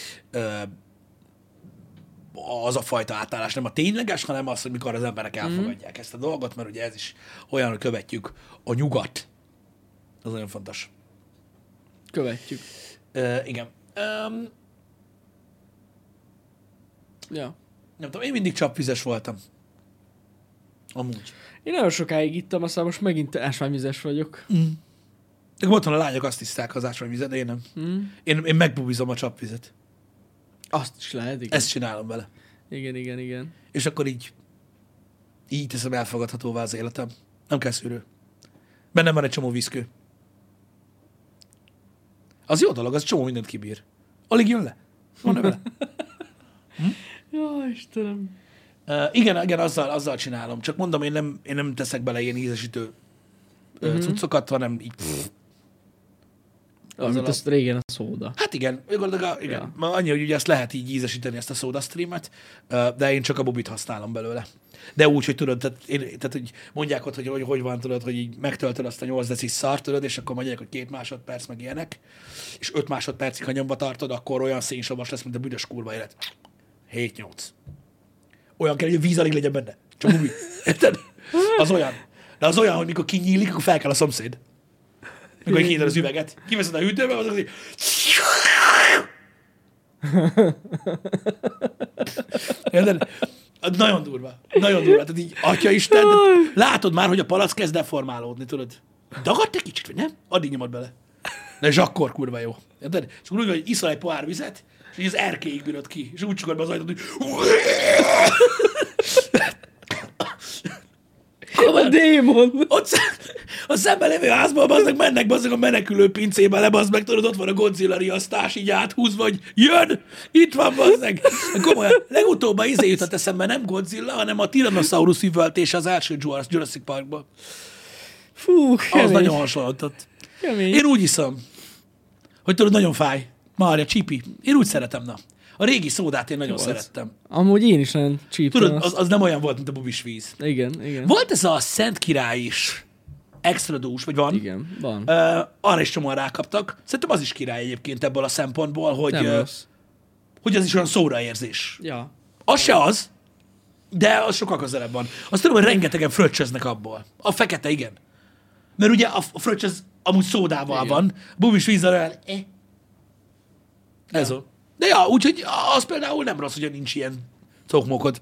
A: Az a fajta átállás nem a tényleges, hanem az, hogy mikor az emberek elfogadják ezt a dolgot, mert ugye ez is olyan, hogy követjük a nyugat. Az nagyon fontos.
B: Követjük.
A: Igen.
B: Ja.
A: Nem tudom, én mindig csapvizes voltam. Amúgy.
B: Én nagyon sokáig ittam, aztán most megint ásványvizes vagyok.
A: De otthon a lányok azt tiszták az ásványvizet, de én nem. Én megbubizom a csapvizet.
B: Azt is lehet, igen.
A: Ezt csinálom vele.
B: Igen.
A: És akkor így teszem elfogadhatóvá az életem. Nem kell szűrő. Bennem van egy csomó vízkő. Az jó dolog, az csomó mindent kibír. Alig jön le. Van vele.
B: Jó, Istenem.
A: Igen, azzal csinálom. Csak mondom, én nem teszek bele ilyen ízesítő cuccokat, hanem így...
B: Amit azt régen a szóda.
A: Hát igen, gyakorlatilag igen.
B: Ja.
A: Ma annyi, hogy ugye ezt lehet így ízesíteni, ezt a SodaStreamet, de én csak a bubit használom belőle. De úgy, hogy tudod, tehát hogy mondják ott, hogy van, tudod, hogy így megtöltöd azt a 8 decis szart, tudod, és akkor mondják, hogy 2 másodperc, meg ilyenek, és 5 másodpercig, ha nyomba tartod, akkor olyan szénsavas lesz, mint a büdös kurva élet. 7-8. Olyan kell, hogy a víz alig legyen benne. Csak bubi. Érted? Az olyan. De az olyan, hogy mikor kinyílik, akkor fel kell a szomszéd. Mikor kinyitod az üveget. Kiveszed a hűtőbe, az így... Érted? Nagyon durva. Nagyon durva. Tehát így, atyaisten, látod már, hogy a palack kezd deformálódni, tudod? Dagadt egy kicsit, vagy nem? Addig nyomod bele. De és akkor kurva jó. Érted? És akkor úgy van, hogy iszol egy pohár vizet, és így az erkélyig bírod ki. És úgy csukod be az ajtót, hogy...
B: A démon!
A: Ott a szemben lévő házban bazdmeg mennek bazdmeg a menekülő pincébe le, bazdmeg, tudod, ott van a Godzilla riasztás, így áthúzva, hogy jön, itt van bazdmeg. Komolyan, legutóbb a jutott eszembe nem Godzilla, hanem a Tyrannosaurus üvöltés az első Jurassic Parkban.
B: Fú,
A: Az
B: kemény.
A: nagyon hasonlított.
B: Kemény.
A: Én úgy iszom, hogy tudod, nagyon fáj. Mária, csipi. Én úgy szeretem, na. A régi szódát én nagyon szerettem.
B: Amúgy én is nagyon csíptem.
A: Tudod, az nem olyan volt, mint a bubis víz.
B: Igen.
A: Volt ez a Szent Király is extra dús, vagy van?
B: Igen, van.
A: Arra is csomóan rákaptak. Szerintem az is király egyébként ebből a szempontból,
B: Nem rossz.
A: hogy az is olyan szóraérzés.
B: Ja.
A: Az se az, de az sokkal közelebb van. Azt tudom, hogy rengetegen fröccsöznek abból. A fekete, igen. Mert ugye a fröccs az amúgy szódával
B: Igen.
A: van, bubis vízzel olyan, Ez van. De ja, úgyhogy az például nem rossz, hogy nincs ilyen cokmókod.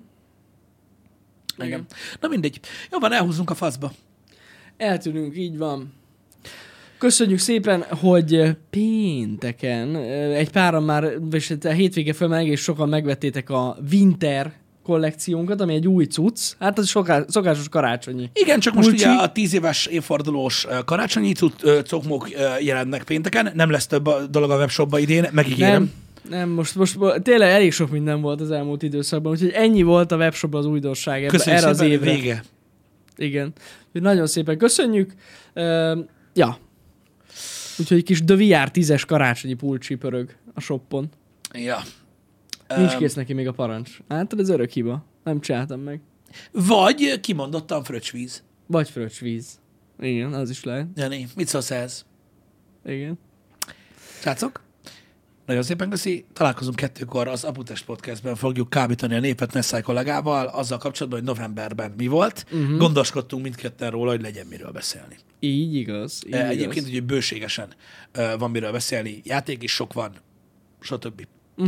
A: Igen. Na mindegy. Jó van, elhúzzunk a faszba.
B: Eltűnünk, így van. Köszönjük szépen, hogy pénteken egy páran már, és a hétvége föl már egész sokan megvettétek a Winter kollekciónkat, ami egy új cucc. Hát az szokásos karácsonyi.
A: Igen, csak most
B: Mulcsi.
A: ugye a 10 éves évfordulós karácsonyi cokmók jelennek pénteken. Nem lesz több a dolog a webshopba idén, megígérem.
B: Nem, most tényleg elég sok minden volt az elmúlt időszakban, úgyhogy ennyi volt a webshopban az újdonság
A: Köszönjük
B: erre az
A: szépen,
B: évre.
A: vége.
B: Igen. Úgyhogy nagyon szépen köszönjük. Ja. Úgyhogy kis The VR 10-es karácsonyi pulcsi pörög a shoppon.
A: Ja.
B: Nincs kész neki még a parancs. Hát ez örök hiba. Nem csináltam meg.
A: Vagy kimondottan fröccsvíz.
B: Vagy fröccsvíz. Igen, az is lehet.
A: Jani, mit szólsz ehhez?
B: Igen.
A: Srácok, nagyon szépen köszi. Találkozunk 2-kor az Aputest Podcastben, fogjuk kábítani a népet Nessai kollégával, azzal kapcsolatban, hogy novemberben mi volt. Gondoskodtunk mindketten róla, hogy legyen miről beszélni.
B: Így igaz. Így
A: Egyébként
B: igaz.
A: ugye bőségesen van miről beszélni, játék is sok van, stb.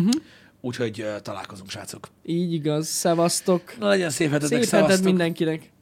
A: Úgyhogy találkozunk, srácok.
B: Így igaz. Szevasztok.
A: Na legyen szép hetetek,
B: Szép hetet
A: szevasztok.
B: mindenkinek.